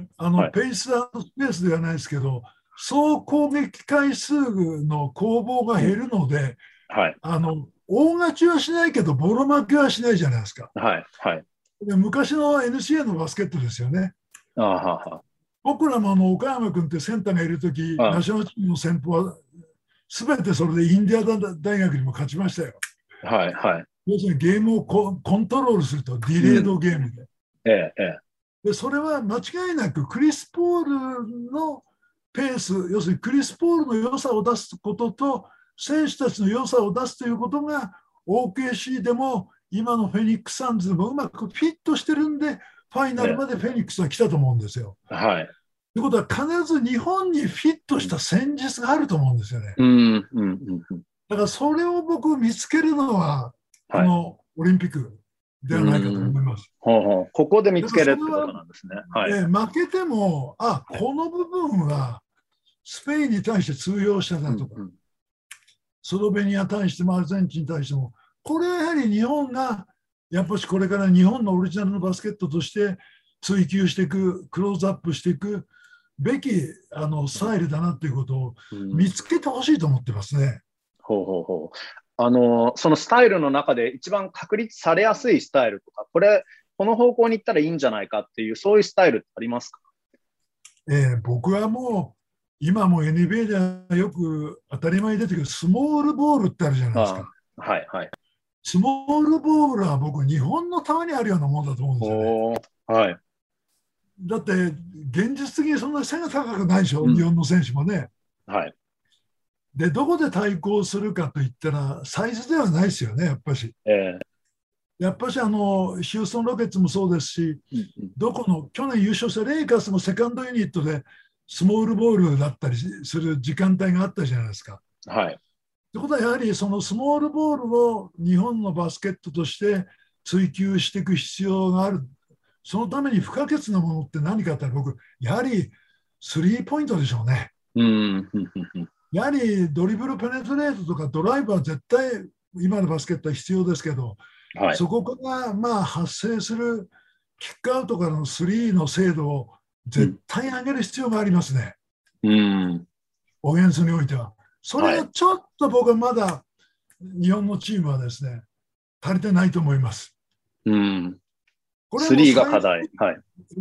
あのはいペーススペースではないですけど、総攻撃回数の攻防が減るので、 はい。 あの大勝ちはしないけど、ボロ負けはしないじゃないですか。 はい。はい。 で昔の エヌシーエー のバスケットですよね。 あはは。 僕らもあの岡山君ってセンターがいるとき、 あナショナルチームの先鋒は、すべてそれでインディアナ大学にも勝ちましたよ。 はい。はい。 要するにゲームをココントロールすると、ディレードゲームで。 ええ、ええ。 でそれは間違いなくクリス・ポールのペース、要するにクリス・ポールの良さを出すことと、選手たちの良さを出すということが、オーケーシー でも今のフェニックス・サンズでもうまくフィットしてるんで、ファイナルまでフェニックスは来たと思うんですよ。 はい。 ということは、必ず日本にフィットした戦術があると思うんですよね。 うん、うん、うん。 だからそれを僕見つけるのは、こはい。 のオリンピックではないかと思います。 ほうほう。ここで見つけるってことなんですね。はい。 えー負けても、あ、この部分はスペインに対して通用したなとか、 うんうんスロベニアに対してもアルゼンチンに対しても、これはやはり日本が、やっぱしこれから日本のオリジナルのバスケットとして追求していく、クローズアップしていくべきあのスタイルだなということをうん見つけてほしいと思ってますね。 ほうほうほう。あの、そのスタイルの中で一番確立されやすいスタイルとか、これ、この方向に行ったらいいんじゃないかっていう、そういうスタイルってありますか？ えー僕はも今も エヌビーエー ではよく当たり前に出てくるスモールボールってあるじゃないですか。 はいはい。 スモールボールは僕、日本のためにあるようなものだと思うんですよね。 はい。 だって、現実的にそんな背が高くないでしょ、 うん、 日本の選手もね。 はい。 で、どこで対抗するかといったら、サイズではないですよね、やっぱし。 えー、 やっぱしあのヒューストン・ロケッツもそうですし、 うんうん、 どこの去年優勝したレイカーズもセカンドユニットでスモールボールだったりする時間帯があったじゃないですか。 はい。 ということはやはりそのスモールボールを日本のバスケットとして追求していく必要がある。そのために不可欠なものって何かって僕やはりスリーポイントでしょうね。 うん、 やはりドリブルペネトレートとかドライブは絶対今のバスケットは必要ですけど、はい、そこからまあ発生するキックアウトからのスリーの精度を絶対上げる必要がありますね。 うん、 オフェンスにおいては。それがちょっと僕はまだ日本のチームはですね、足りてないと思います。 うん、これスリーが課題、はい。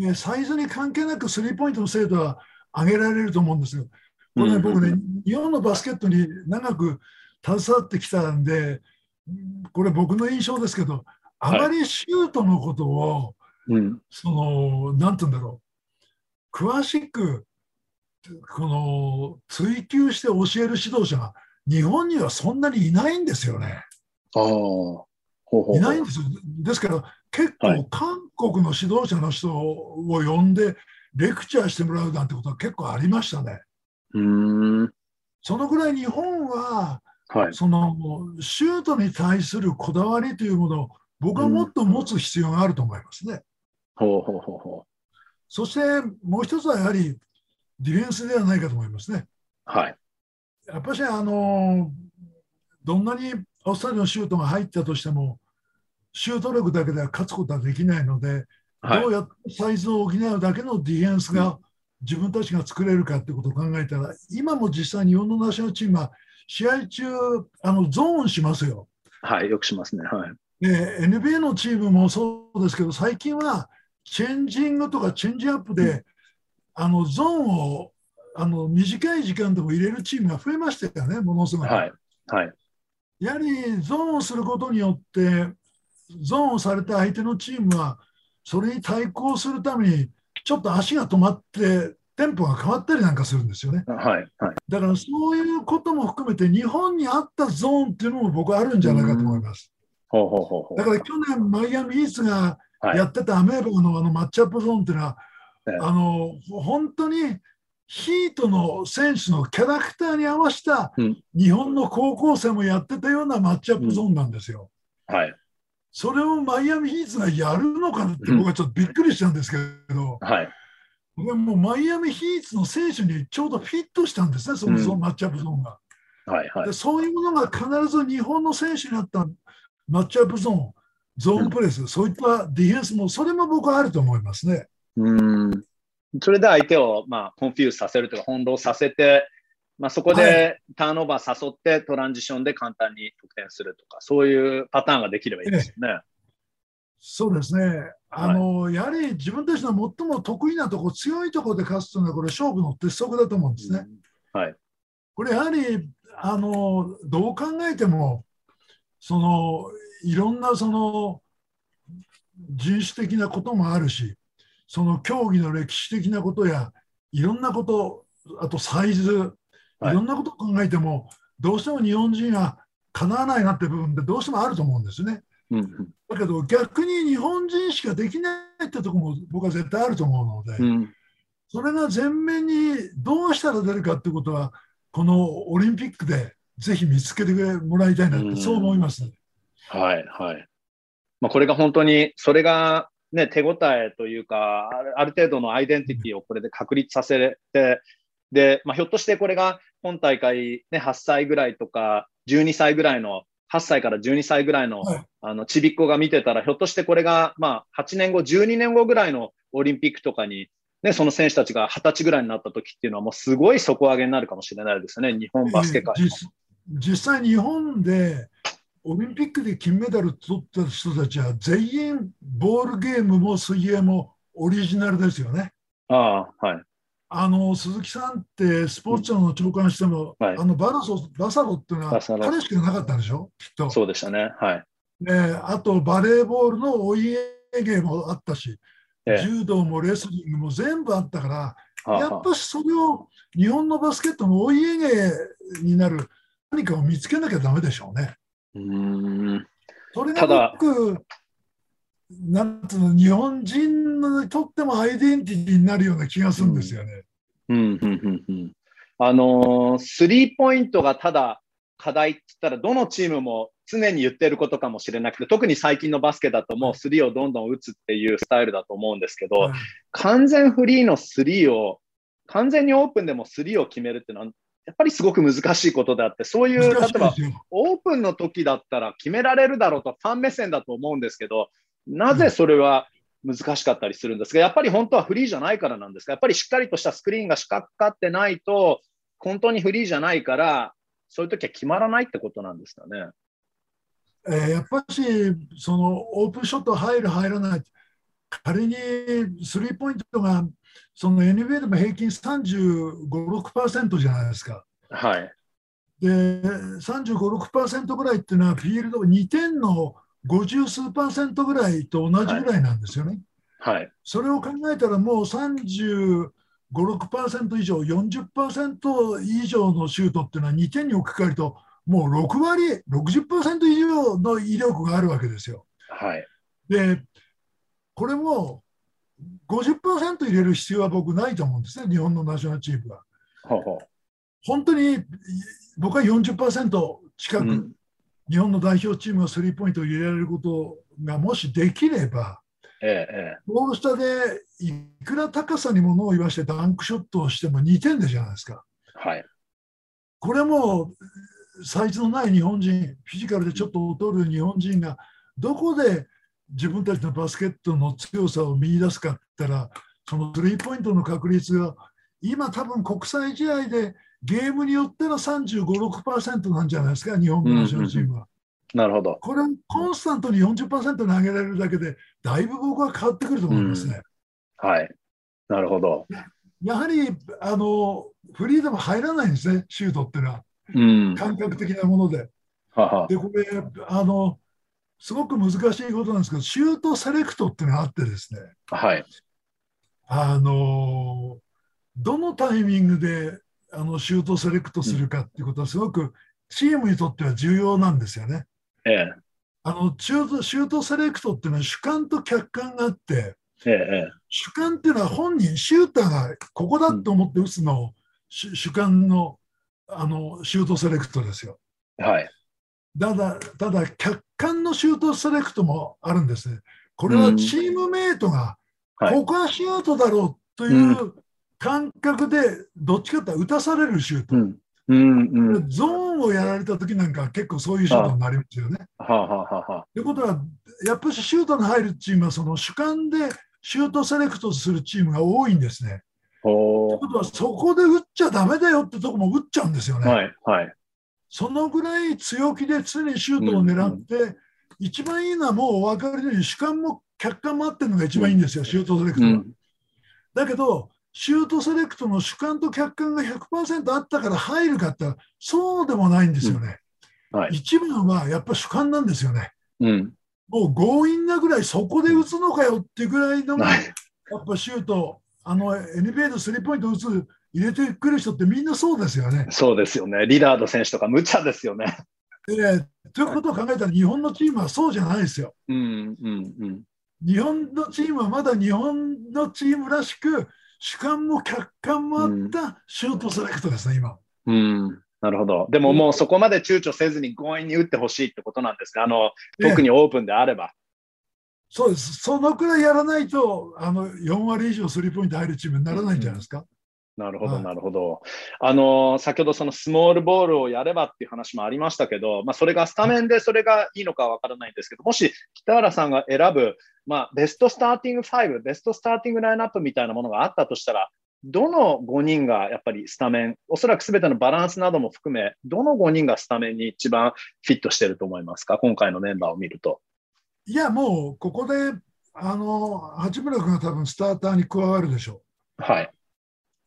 サイズに関係なくスリーポイントの精度は上げられると思うんですよ。これね、僕ね、日本のバスケットに長く携わってきたんで、これ僕の印象ですけど、あまりシュートのことを、はい、その、なんて言うんだろう、詳しく、この、追求して教える指導者が、日本にはそんなにいないんですよね。 ああ、ほうほうほう。 いないんですよ。ですから、結構、韓国の指導者の人を呼んで、レクチャーしてもらうなんてことは結構ありましたね。 うーん、 そのぐらい日本は、 はい、 そのシュートに対するこだわりというものを僕はもっと持つ必要があると思いますね。 ほうほうほうほう。 そしてもう一つはやはりディフェンスではないかと思いますね。 はい、 やっぱりあのどんなにオーストラリアのシュートが入ったとしてもシュート力だけでは勝つことはできないので、はい、どうやってサイズを補うだけのディフェンスが自分たちが作れるかということを考えたら、今も実際日本のナショナルチームは試合中あのゾーンしますよ。 はい、よくしますね。はい、 で エヌビーエー のチームもそうですけど、最近はチェンジングとかチェンジアップで、うん、あのゾーンをあの短い時間でも入れるチームが増えましたよね、ものすごい。 はいはい、 やはりゾーンをすることによって、ゾーンをされた相手のチームは、それに対抗するために、ちょっと足が止まって、テンポが変わったりなんかするんですよね。 はいはい、 だからそういうことも含めて、日本に合ったゾーンっていうのも僕はあるんじゃないかと思います。 ほうほうほうほう。 だから去年、マイアミヒーツがやってたアメーバのあのマッチアップゾーンっていうのは、はい、あの本当にヒートの選手のキャラクターに合わせた日本の高校生もやってたようなマッチアップゾーンなんですよ。 うん、はい、 それをマイアミヒーツがやるのかって僕はちょっとびっくりしたんですけど、 はい、 でもマイアミヒーツの選手にちょうどフィットしたんですね、その、うん、そのマッチアップゾーンが。 はいはい、 でそういうものが必ず日本の選手にあったマッチアップゾーン、ゾーンプレス、うん、そういったディフェンスも、それも僕はあると思いますね。 うんそれで相手を、まあ、コンフューズさせるというか、翻弄させて、まあ、そこでターンオーバー誘って、トランジションで簡単に得点するとか、そういうパターンができればいいですよね。ええ、 そうですね。あの、はい、やはり自分たちの最も得意なところ、強いところで勝つというのは、これ、勝負の鉄則だと思うんですね。 うん、はい、 これ、やはりあのどう考えても、そのいろんなその人種的なこともあるし、その競技の歴史的なことや、いろんなこと、あとサイズ、いろんなことを考えても、はい、どうしても日本人はかなわないなって部分でどうしてもあると思うんですね。 うんうん、 だけど逆に日本人しかできないってところも僕は絶対あると思うので、うん、それが前面にどうしたら出るかってことは、このオリンピックでぜひ見つけてもらいたいなって、そう思います、ね。 うん、はいはい。まあ、これが本当に、それがね、手応えというか、ある程度のアイデンティティをこれで確立させて、で、まあ、ひょっとしてこれが本大会、ね、はっさいぐらいとか、じゅうにさいぐらいの、はっさいからじゅうにさいぐらいの、はい、あのちびっこが見てたら、ひょっとしてこれが、まあ、はちねんご、じゅうにねんごぐらいのオリンピックとかに、ね、その選手たちがはたちぐらいになった時っていうのは、もうすごい底上げになるかもしれないですね、日本バスケ界の。 実, 実際、日本でオリンピックで金メダル取った人たちは、全員ボールゲームも水泳もオリジナルですよね。 ああ、はい。 あの鈴木さんってスポーツ庁の長官しても、 はい、 あのバラソバサロっていうのはバサロ彼しかなかったんでしょ、きっと。 そうでしたね。はい。 で、あとバレーボールのお家芸もあったし、 ええ、 柔道もレスリングも全部あったから、 はあはあ、 やっぱりそれを日本のバスケットのお家芸になる何かを見つけなきゃだめでしょうね。 うーんそれがただ、 僕、なんつうの、日本人にとってもアイデンティティになるような気がするんですよね。 うんうんうんうん、あのー、スリーポイントがただ課題って言ったら、どのチームも常に言ってることかもしれなくて、特に最近のバスケだともうスリーをどんどん打つっていうスタイルだと思うんですけど、 はい、 完全フリーのスリーを、完全にオープンでもスリーを決めるっていうのは、やっぱりすごく難しいことであって、そういう、例えばオープンの時だったら決められるだろうとファン目線だと思うんですけど、なぜそれは難しかったりするんですか？やっぱり本当はフリーじゃないからなんですか？やっぱりしっかりとしたスクリーンがしかかってないと、本当にフリーじゃないから、そういう時は決まらないってことなんですかね。 えー、やっぱしそのオープンショット入る入らない、仮にスリーポイントがその エヌビーエー でも平均さんじゅうご、ろくパーセント じゃないですか。 はい。 で、さんじゅうご、ろくパーセント ぐらいっていうのはフィールドにてんのごじゅう数パーセントぐらいと同じぐらいなんですよね。 はい。はい、 それを考えたらもうさんじゅうご、ろくパーセント 以上、よんじゅっパーセント 以上のシュートっていうのはにてんに置き換えると、もうろく割、ろくじゅっパーセント 以上の威力があるわけですよ。 はい。 で、これもごじゅっパーセント 入れる必要は僕ないと思うんですね、日本のナショナルチームは。 ほうほう。 本当に僕は よんじゅっパーセント 近く、うん、日本の代表チームがスリーポイントを入れられることがもしできれば、 ええ、 ゴール下でいくら高さにものを言わしてダンクショットをしてもにてんでじゃないですか。 はい、 これもサイズのない日本人、フィジカルでちょっと劣る日本人がどこで自分たちのバスケットの強さを見出すかって言ったら、そのスリーポイントの確率が今多分国際試合でゲームによってのさんじゅうご、ろくパーセント なんじゃないですか、日本のナショナルチームは。 うんうんうん、なるほど。 これをコンスタントに よんじゅっパーセント に上げられるだけで、だいぶ僕は変わってくると思いますね。 うん、はい、なるほど。 やはりあのフリーでも入らないんですね、シュートっていうのは。 うん、 感覚的なもので。 はは。 で、これあの、すごく難しいことなんですけど、シュートセレクトっていうのがあってですね、 はい、 あのどのタイミングであのシュートセレクトするかっていうことは、すごくチームにとっては重要なんですよね。 ええ、 あのシュート、シュートセレクトっていうのは主観と客観があって、 ええ、 主観っていうのは本人、シューターがここだと思って打つのを、うん、主観の、あのシュートセレクトですよ。 はい。 ただ、ただ客観のシュートセレクトもあるんですね。これはチームメイトが、ここはシュートだろうという感覚で、どっちかというと打たされるシュート。うんうんうん、ゾーンをやられた時なんかは結構そういうシュートになりますよね。はあはあはあ、ということは、やっぱりシュートの入るチームはその主観でシュートセレクトするチームが多いんですね。ということは、そこで打っちゃだめだよってとこも打っちゃうんですよね。 はいはい、 そのぐらい強気で常にシュートを狙って、うんうん、一番いいのはもうお分かりのように主観も客観もあってるのが一番いいんですよ、うん、シュートセレクトは。うん、だけど、シュートセレクトの主観と客観が ひゃくパーセント あったから入るかってそうでもないんですよね。うんはい、一番はやっぱり主観なんですよね。うん、もう強引なぐらいそこで打つのかよっていうぐらいの、やっぱシュート、あの エヌビーエー でスリーポイント打つ入れてくる人ってみんなそうですよね。 そうですよね。リラード選手とか無茶ですよね。 えー、ということを考えたら日本のチームはそうじゃないですよ。うんうんうん、日本のチームはまだ日本のチームらしく主観も客観もあったシュートセレクトですね、今。 うん、なるほど。でももうそこまで躊躇せずに強引に打ってほしいってことなんですが、あの特にオープンであれば。えー、 そうです。そのくらいやらないとあのよん割以上スリーポイント入るチームにならないんじゃないですか。うんうん、なるほど、なるほど。あの先ほどそのスモールボールをやればっていう話もありましたけど、まあ、それがスタメンでそれがいいのかわからないんですけど、もし北原さんが選ぶ、まあ、ベストスターティングご、ベストスターティングラインナップみたいなものがあったとしたら、どのごにんがやっぱりスタメン、おそらくすべてのバランスなども含め、どのごにんがスタメンに一番フィットしていると思いますか、今回のメンバーを見ると。 いや、もうここであの八村君が多分スターターに加わるでしょう。 はい。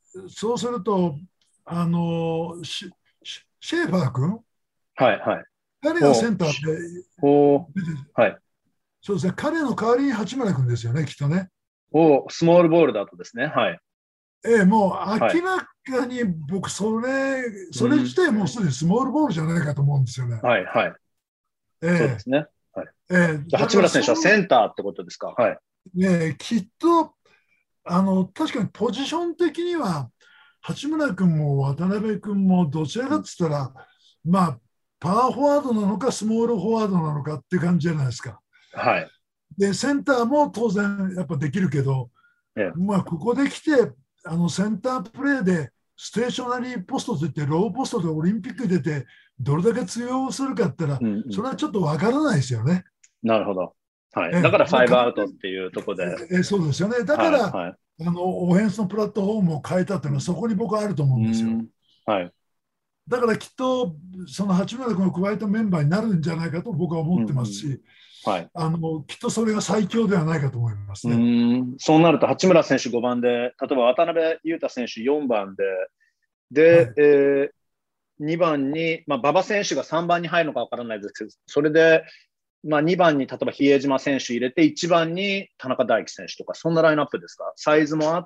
そうすると、あのシシェーファー君、 はいはい。 彼がセンターでおはい。 そうですね、彼の代わりに八村君ですよね、きっとね。 おスモールボールだとですね。はい。 ええ、もう明らかに僕、それ、それ自体もうすでにスモールボールじゃないかと思うんですよね。 はいはい。 ええ、 そうですね。はい。 ええ、 じゃあ八村選手はセンターってことですか。はい。 ね、きっとあの確かにポジション的には八村君も渡辺君もどちらかと言ったら、まあ、パワーフォワードなのかスモールフォワードなのかっていう感じじゃないですか。 はい。 でセンターも当然やっぱできるけど、 ええ、 まあ、ここで来てあのセンタープレーでステーショナリーポストといってローポストでオリンピック出てどれだけ通用するかって言ったら、うんうん、それはちょっとわからないですよね。 なるほど。はい、だからファイブアウトっていうところで。 ええ、そうですよね。だから、はいはい、あのオフェンスのプラットフォームを変えたっていうのはそこに僕はあると思うんですよ。 はい、 だからきっとその八村君を加えたメンバーになるんじゃないかと僕は思ってますし、うんうん、はい、あのきっとそれが最強ではないかと思いますね。 うんそうなると八村選手ごばんで、例えば渡辺裕太選手よんばんで、で、はい、えー、にばんに、まあ、馬場選手がさんばんに入るのか分からないですけど、それで、まあ、にばんに例えば比江島選手入れて、いちばんに田中大輝選手とか、そんなラインナップですか。サイズもあって、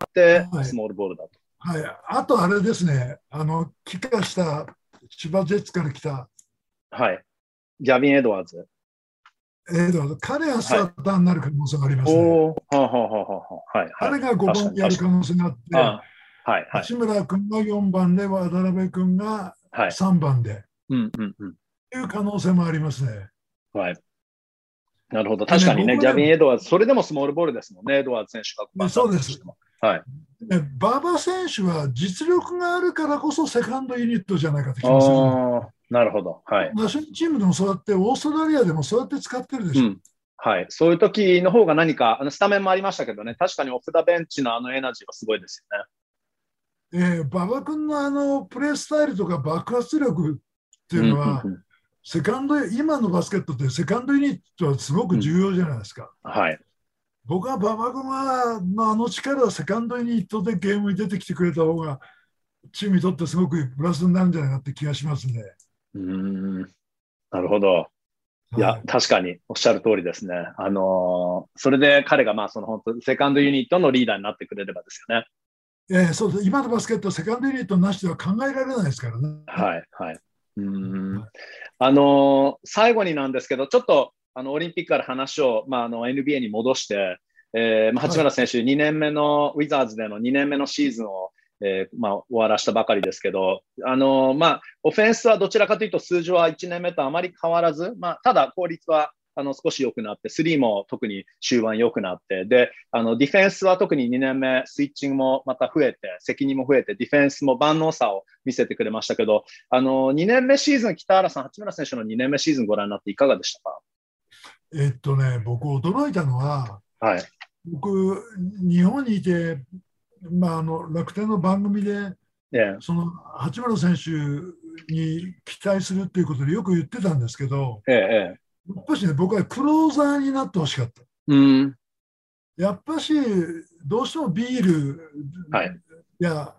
はい、スモールボールだと。 はい、あとあれですね、あの帰化した千葉ジェッツから来た、 はい、ギャビン・エドワーズ。 エドワーズ彼がスターターになる可能性がありますね。彼がごばんやる可能性があって、はいはい、八村君がよんばんで、渡辺君がさんばんで、という可能性もありますね。 はい、なるほど、確かにね、ギャビン・エドワーズ、それでもスモールボールですもんね、エドワーズ選手がごばん。 そうです。 はい、 馬場選手は実力があるからこそセカンドユニットじゃないかと気がする。 なるほど。はい。 ナショナルチームでもそうやって、オーストラリアでもそうやって使ってるでしょ。うん、 はい。そういう時の方が何か、あのスタメンもありましたけどね、確かにオフ・ザ・ベンチのあのエナジーはすごいですよね。えー、馬場君のあのプレースタイルとか爆発力っていうのは、うんうんうん、セカンド、今のバスケットってセカンドユニットはすごく重要じゃないですか。 うん、はい。 僕は馬場君は、まあ、あの力はセカンドユニットでゲームに出てきてくれた方が、チームにとってすごくプラスになるんじゃないかって気がしますね。 うーん、なるほど。いや、はい、確かにおっしゃる通りですね。あのー、それで彼がまあその本当セカンドユニットのリーダーになってくれればですよね。 えー、そうです。今のバスケットセカンドユニットなしでは考えられないですからね。 はいはい。うーん、はい、あのー、最後になんですけど、ちょっとあのオリンピックから話を、まあ、あの エヌビーエー に戻して、えーまあ、八村選手、にねんめの、はい、ウィザーズでのにねんめのシーズンを、えーまあ、終わらしたばかりですけど、あのーまあ、オフェンスはどちらかというと数字はいちねんめとあまり変わらず、まあ、ただ効率はあの少し良くなって、スリーも特に終盤良くなって、で、あのディフェンスは特ににねんめ、スイッチングもまた増えて、責任も増えて、ディフェンスも万能さを見せてくれましたけど、あのにねんめシーズン、北原さん、八村選手のにねんめシーズンご覧になっていかがでしたか？ えっとね、僕驚いたのは、 はい、 僕、日本にいて、まあ、あの楽天の番組で、 yeah. その八村選手に期待するっていうことでよく言ってたんですけど、 yeah. やっぱしね、僕はクローザーになってほしかった。 mm. やっぱし、どうしてもビールや、はい、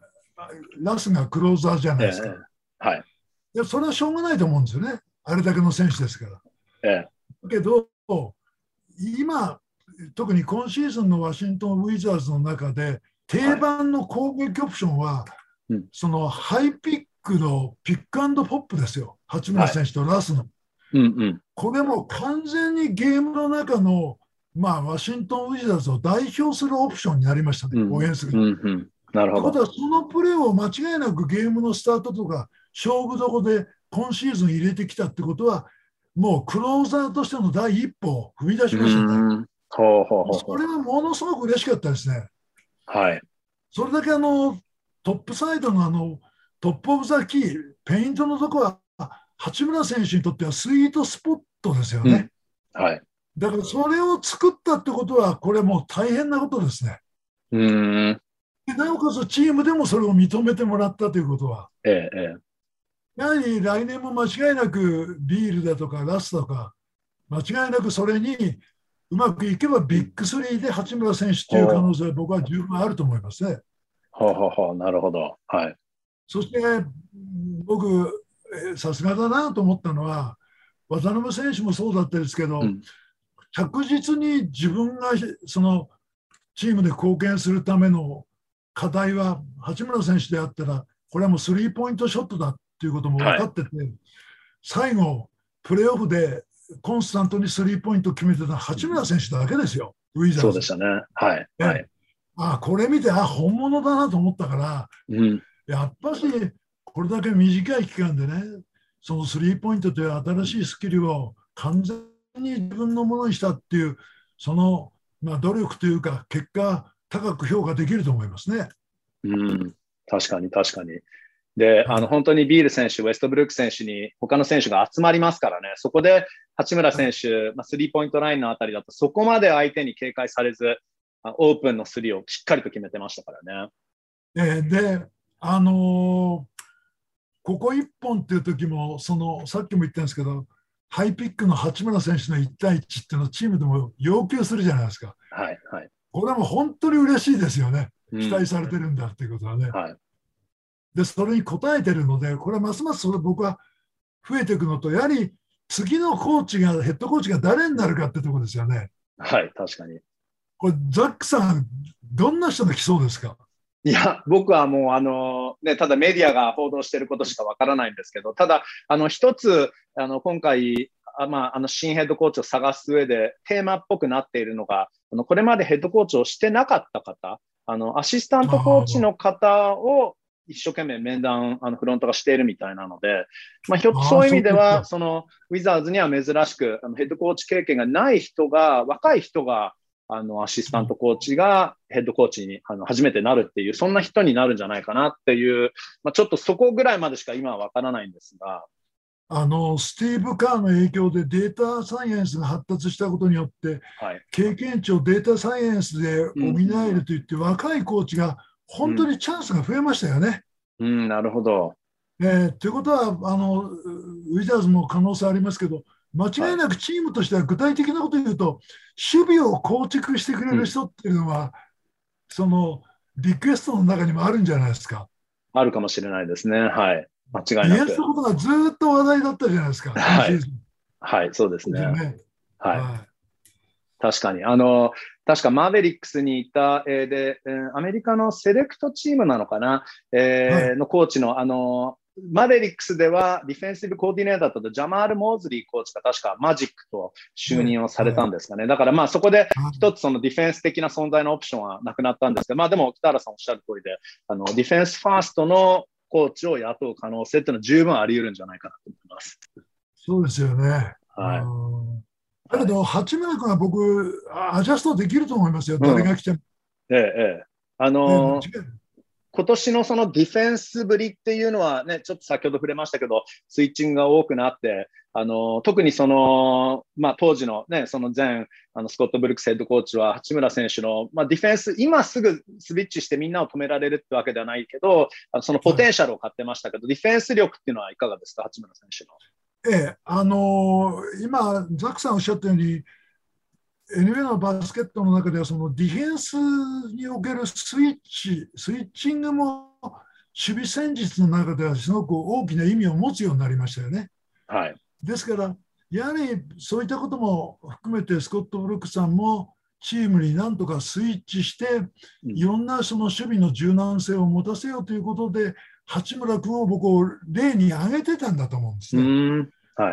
ラスがクローザーじゃないですか。 yeah. はい、 いやそれはしょうがないと思うんですよね。あれだけの選手ですから。 yeah. だけど、今、特に今シーズンのワシントン・ウィザーズの中で、定番の攻撃オプションは、はい、そのハイピックのピックアンドポップですよ。八村選手とラスの。 はいうんうん、これも完全にゲームの中の、まあ、ワシントン・ウィザーズを代表するオプションになりましたね、オフェンスが。 うんうん、なるほど。 ということは、そのプレーを間違いなくゲームのスタートとか、勝負どこで今シーズン入れてきたってことは、もうクローザーとしての第一歩を踏み出しましたね。 ほうほうほうそれはものすごく嬉しかったですね。 はい。 それだけあのトップサイドのあのトップオブザキー、ペイントのところは、八村選手にとってはスイートスポットですよね。 うん、はい。 だからそれを作ったってことは、これもう大変なことですね。 うーんでなおかつチームでもそれを認めてもらったということは、 ええ、 やはり来年も間違いなくビールだとかラスとか、間違いなくそれにうまくいけばビッグスリーで八村選手という可能性は僕は十分あると思いますね。 ほうほうほう、なるほど。はい。 そして僕、さすがだなと思ったのは、渡辺選手もそうだったですけど、 うん、 着実に自分がそのチームで貢献するための課題は八村選手であったら、これはもうスリーポイントショットだっていうことも分はい。 かってて、最後、プレーオフでコンスタントにスリーポイント決めてた八村選手だけですよ、ウィザーズ。 そうでしたね。はい。はね、 い。 あこれ見て、あ本物だなと思ったから、 うん。 やっぱしこれだけ短い期間でね、そのスリーポイントという新しいスキルを完全に自分のものにしたっていう、その、まあ、努力というか、結果、高く評価できると思いますね。 うん。確かに、確かに。で、あの、本当にビール選手、ウェストブルック選手に他の選手が集まりますからね、そこで八村選手、まあ、スリーポイントラインのあたりだと、そこまで相手に警戒されず、オープンのスリーをしっかりと決めてましたからね。 えー、で、あのー、ここいっぽんっていう時も、そのさっきも言ったんですけど、ハイピックの八村選手のいち対いちっていうのをチームでも要求するじゃないですか。 はい、はい。 これはもう本当に嬉しいですよね。 うん、 期待されてるんだっていうことはね。 はい。 で、それに応えてるので、これはますますそれ僕は増えていくのと、やはり次のコーチが、ヘッドコーチが誰になるかってところですよね。 はい、確かに。 これ、ザックさん、どんな人が来そうですか？ いや、僕はもう、あの、ね、ただメディアが報道していることしかわからないんですけど、ただ、あの、一つ、あの、今回、あまあ、あの、新ヘッドコーチを探す上で、テーマっぽくなっているのが、あの、これまでヘッドコーチをしてなかった方、あの、アシスタントコーチの方を一生懸命面談、あの、フロントがしているみたいなので、まあ、ひょっとそういう意味では、その、ウィザーズには珍しく、あの、ヘッドコーチ経験がない人が、若い人が、あの、アシスタントコーチがヘッドコーチにあの初めてなるっていう、そんな人になるんじゃないかなっていう、まあ、ちょっとそこぐらいまでしか今はわからないんですが。 あの、スティーブ・カーの影響でデータサイエンスが発達したことによって、はい、経験値をデータサイエンスで補えるといって、うん、若いコーチが本当にチャンスが増えましたよね。 うん、うん、なるほど。 えー、ということはあの、ウィザーズも可能性ありますけど、間違いなくチームとしては具体的なことを言うと、守備を構築してくれる人っていうのは、うん、そのリクエストの中にもあるんじゃないですか。 あるかもしれないですね。はい。間違いなく。 ディフェンスのことがずっと話題だったじゃないですか。 はい。はい、そうですね。ねはい、はい。確かに。あの、確かマーベリックスにいた、えー、で、えー、アメリカのセレクトチームなのかな、えーはい、のコーチの、あの、マーベリックスではディフェンシブコーディネーターとジャマール・モーズリーコーチが確かマジックと就任をされたんですかね。はい、だからまあそこで一つそのディフェンス的な存在のオプションはなくなったんですが、まあでも北原さんおっしゃる通りで、あのディフェンスファーストのコーチを雇う可能性っていうのは十分あり得るんじゃないかなと思います。 そうですよね。 はい。 だけど、八村君は僕、アジャストできると思いますよ、誰が来ても。 ええ、ええ。あのー、今年のそのディフェンスぶりっていうのはね、ちょっと先ほど触れましたけど、スイッチングが多くなって、あのー、特にその、まあ、当時のね、その前、あのスコット・ブルックスヘッドコーチは、八村選手の、まあ、ディフェンス、今すぐスイッチしてみんなを止められるってわけではないけど、そのポテンシャルを買ってましたけど、はい、ディフェンス力っていうのはいかがですか、八村選手の。 ええ、あのー、今、ザックさんおっしゃったように、エヌビーエー のバスケットの中ではそのディフェンスにおけるスイッチ、スイッチングも守備戦術の中ではすごく大きな意味を持つようになりましたよね。 はい、 ですから、やはりそういったことも含めてスコット・ブルックさんもチームになんとかスイッチして、いろんなその守備の柔軟性を持たせようということで、八村君を僕を例に挙げてたんだと思うんですね。 うんはい、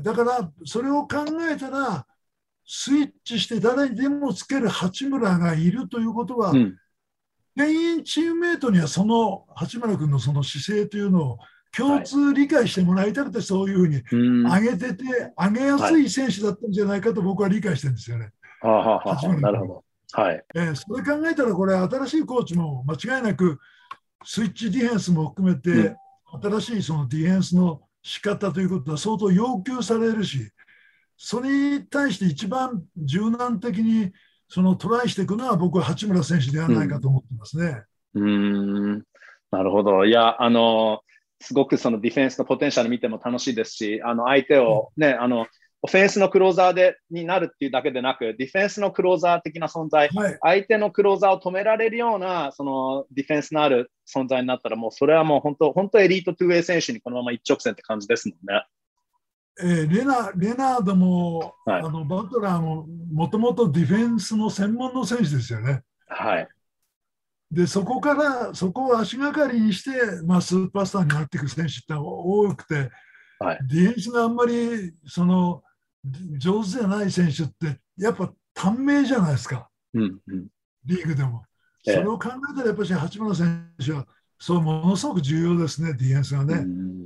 だからそれを考えたら、スイッチして誰にでもつける八村がいるということは、うん、全員チームメートにはその八村君のその姿勢というのを共通理解してもらいたくて、はい、そういうふうに上げてて、上げやすい選手だったんじゃないかと僕は理解してるんですよね。 はい、なるほど。はい。 えー、それ考えたら、これ、新しいコーチも間違いなく、スイッチディフェンスも含めて、うん、新しいそのディフェンスの仕方ということは相当要求されるし、それに対して一番柔軟的にそのトライしていくのは僕は八村選手ではないかと思ってますね。 うん、うーんなるほど。いや、あの、すごくそのディフェンスのポテンシャル見ても楽しいですし、あの相手をね、うん、あのオフェンスのクローザーでになるっていうだけでなく、ディフェンスのクローザー的な存在、 はい、 相手のクローザーを止められるような、そのディフェンスのある存在になったら、もうそれはもう本当、本当エリートトゥーウェイ選手にこのまま一直線って感じですもんね。 えー、レナレナードも、 はい、 あのバトラーももともとディフェンスの専門の選手ですよね。 はい。 で、そこからそこを足がかりにして、まあ、スーパースターになっていく選手って多くて、 はい、 ディフェンスがあんまりその上手じゃない選手ってやっぱ短命じゃないですか、 うんうん、 リーグでも。それを考えたらやっぱり八村選手はそうものすごく重要ですね、ディフェンスがね。 うん、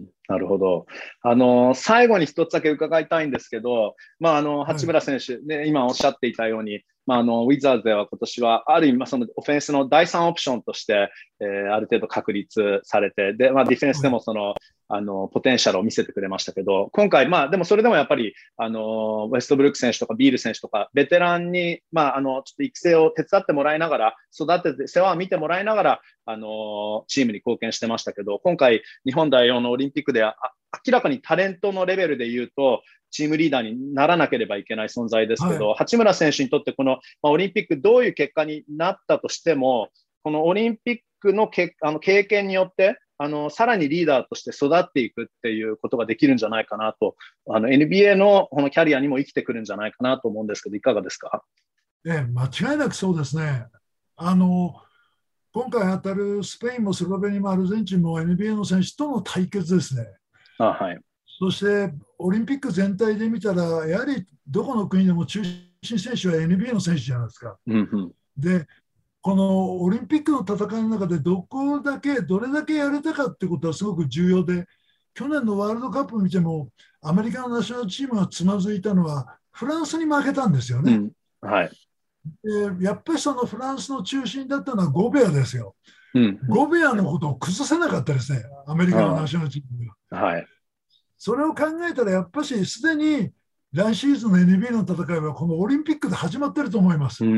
なるほど。あの最後に一つだけ伺いたいんですけど、まあ、あの八村選手、ね、はい、今おっしゃっていたように、まあ、あのウィザーズでは今年はある意味そのオフェンスのだいさんオプションとして、えー、ある程度確立されて、で、まあ、ディフェンスでもその、はい、あのポテンシャルを見せてくれましたけど、今回、まあ、でもそれでもやっぱりあのウェストブルック選手とかビール選手とかベテランに、まあ、あのちょっと育成を手伝ってもらいながら、育てて世話を見てもらいながらあのチームに貢献してましたけど、今回日本代表のオリンピックでは明らかにタレントのレベルで言うとチームリーダーにならなければいけない存在ですけど、はい、八村選手にとってこの、まあ、オリンピックどういう結果になったとしても、このオリンピックのけあの経験によってあのさらにリーダーとして育っていくっていうことができるんじゃないかなと、あの エヌビーエー のこのキャリアにも生きてくるんじゃないかなと思うんですけど、いかがですか？ ええ、間違いなくそうですね。あの今回当たるスペインもスロベニアもアルゼンチンも エヌビーエー の選手との対決ですね。 あ、はい、 そしてオリンピック全体で見たら、やはりどこの国でも中心選手は エヌビーエー の選手じゃないですか。 うんうん、 で、このオリンピックの戦いの中でどこだけ、どれだけやれたかってことはすごく重要で、去年のワールドカップを見ても、アメリカのナショナルチームがつまずいたのは、フランスに負けたんですよね。 うん、はい、 でやっぱりそのフランスの中心だったのはゴベアですよ。 うん、 ゴベアのことを崩せなかったですね、アメリカのナショナルチームが。 はい、それを考えたら、やっぱりすでに来シーズンの エヌビーエー の戦いはこのオリンピックで始まっていると思います。 うん、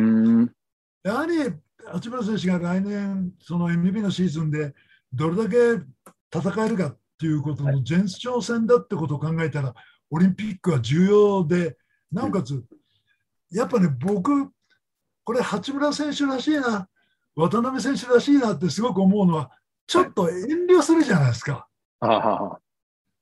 やはり八村選手が来年、その エヌビーエー のシーズンでどれだけ戦えるかということの前哨戦だってことを考えたら、オリンピックは重要で、なおかつ、やっぱね、僕、これ、八村選手らしいな、渡辺選手らしいなってすごく思うのは、ちょっと遠慮するじゃないですか。 はい、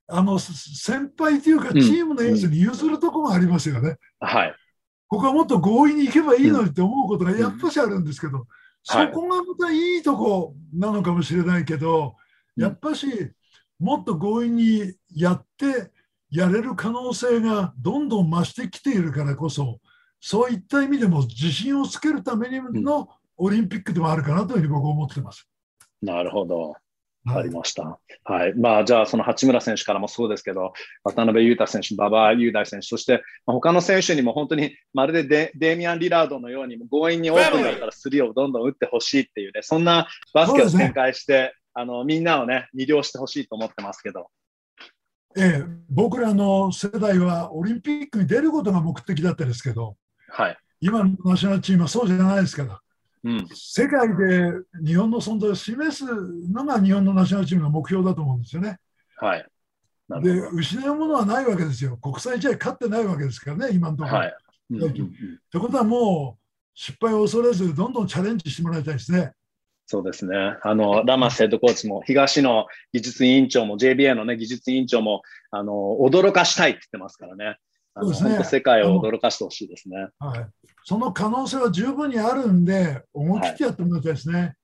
あの先輩というか、チームのエースに譲るところがありますよね。 うんはい、 ここはもっと強引に行けばいいのにって思うことがやっぱしあるんですけど、うん、そこがまたいいとこなのかもしれないけど、うん、やっぱしもっと強引にやってやれる可能性がどんどん増してきているからこそ、そういった意味でも自信をつけるためにのオリンピックでもあるかなというふうに僕は思ってます。 なるほど。ありました。はい。まあ、じゃあ、その八村選手からもそうですけど、渡辺裕太選手、馬場雄大選手、そして、まあ、他の選手にも本当にまるで デ, デミアン・リラードのように強引にオープンだったらスリーをどんどん打ってほしいっていうね、そんなバスケを展開して、ね、あのみんなをね、魅了してほしいと思ってますけど。 ええ、僕らの世代はオリンピックに出ることが目的だったですけど、 はい、 今のナショナルチームはそうじゃないですから。 うん、 世界で日本の存在を示すのが日本のナショナルチームの目標だと思うんですよね。 はい、 で失うものはないわけですよ。国際試合勝ってないわけですからね、今のところ。 はいうんうんうん、 ということはもう失敗を恐れずどんどんチャレンジしてもらいたいですね。 そうですね。あのラマスヘッドコーチも東野技術委員長も ジェイビーエー の、ね、技術委員長もあの驚かしたいって言ってますからね。あのそうですね。本当世界を驚かしてほしいですね。 はい、その可能性は十分にあるんで、思い切ってやってもらいたいですね。はい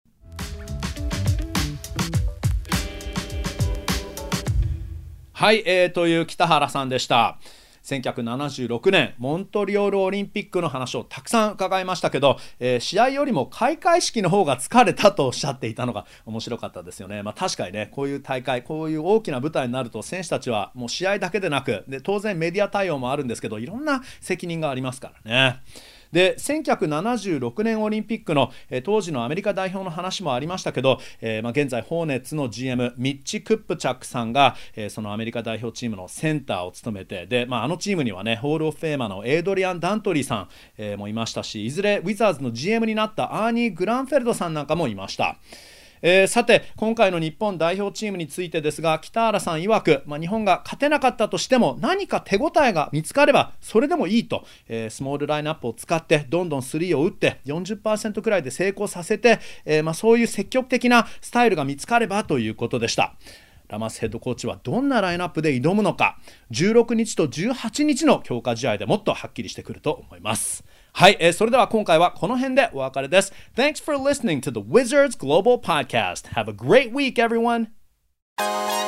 はい、えー、という北原さんでした。せんきゅうひゃくななじゅうろくねんモントリオールオリンピックの話をたくさん伺いましたけど、えー、試合よりも開会式の方が疲れたとおっしゃっていたのが面白かったですよね。まあ、確かにね、こういう大会、こういう大きな舞台になると選手たちはもう試合だけでなく、で当然メディア対応もあるんですけど、いろんな責任がありますからね。でせんきゅうひゃくななじゅうろくねんオリンピックの、えー、当時のアメリカ代表の話もありましたけど、えーまあ、現在ホーネッツの ジーエム ミッチ・クップチャックさんが、えー、そのアメリカ代表チームのセンターを務めて、で、まあ、あのチームにはねホール・オブ・フェーマーのエイドリアン・ダントリーさん、えー、もいましたし、いずれウィザーズの ジーエム になったアーニー・グランフェルドさんなんかもいました。 えー、さて今回の日本代表チームについてですが、北原さん曰く、まあ、日本が勝てなかったとしても何か手応えが見つかればそれでもいいと、えー、スモールラインナップを使ってどんどんスリーを打って よんじゅっパーセント くらいで成功させて、えーまあ、そういう積極的なスタイルが見つかればということでした。ラマスヘッドコーチはどんなラインナップで挑むのか、じゅうろくにちとじゅうはちにちの強化試合でもっとはっきりしてくると思います。はい、えー、それでは今回はこの辺でお別れです。Thanks for listening to the Wizards Global Podcast. Have a great week, everyone!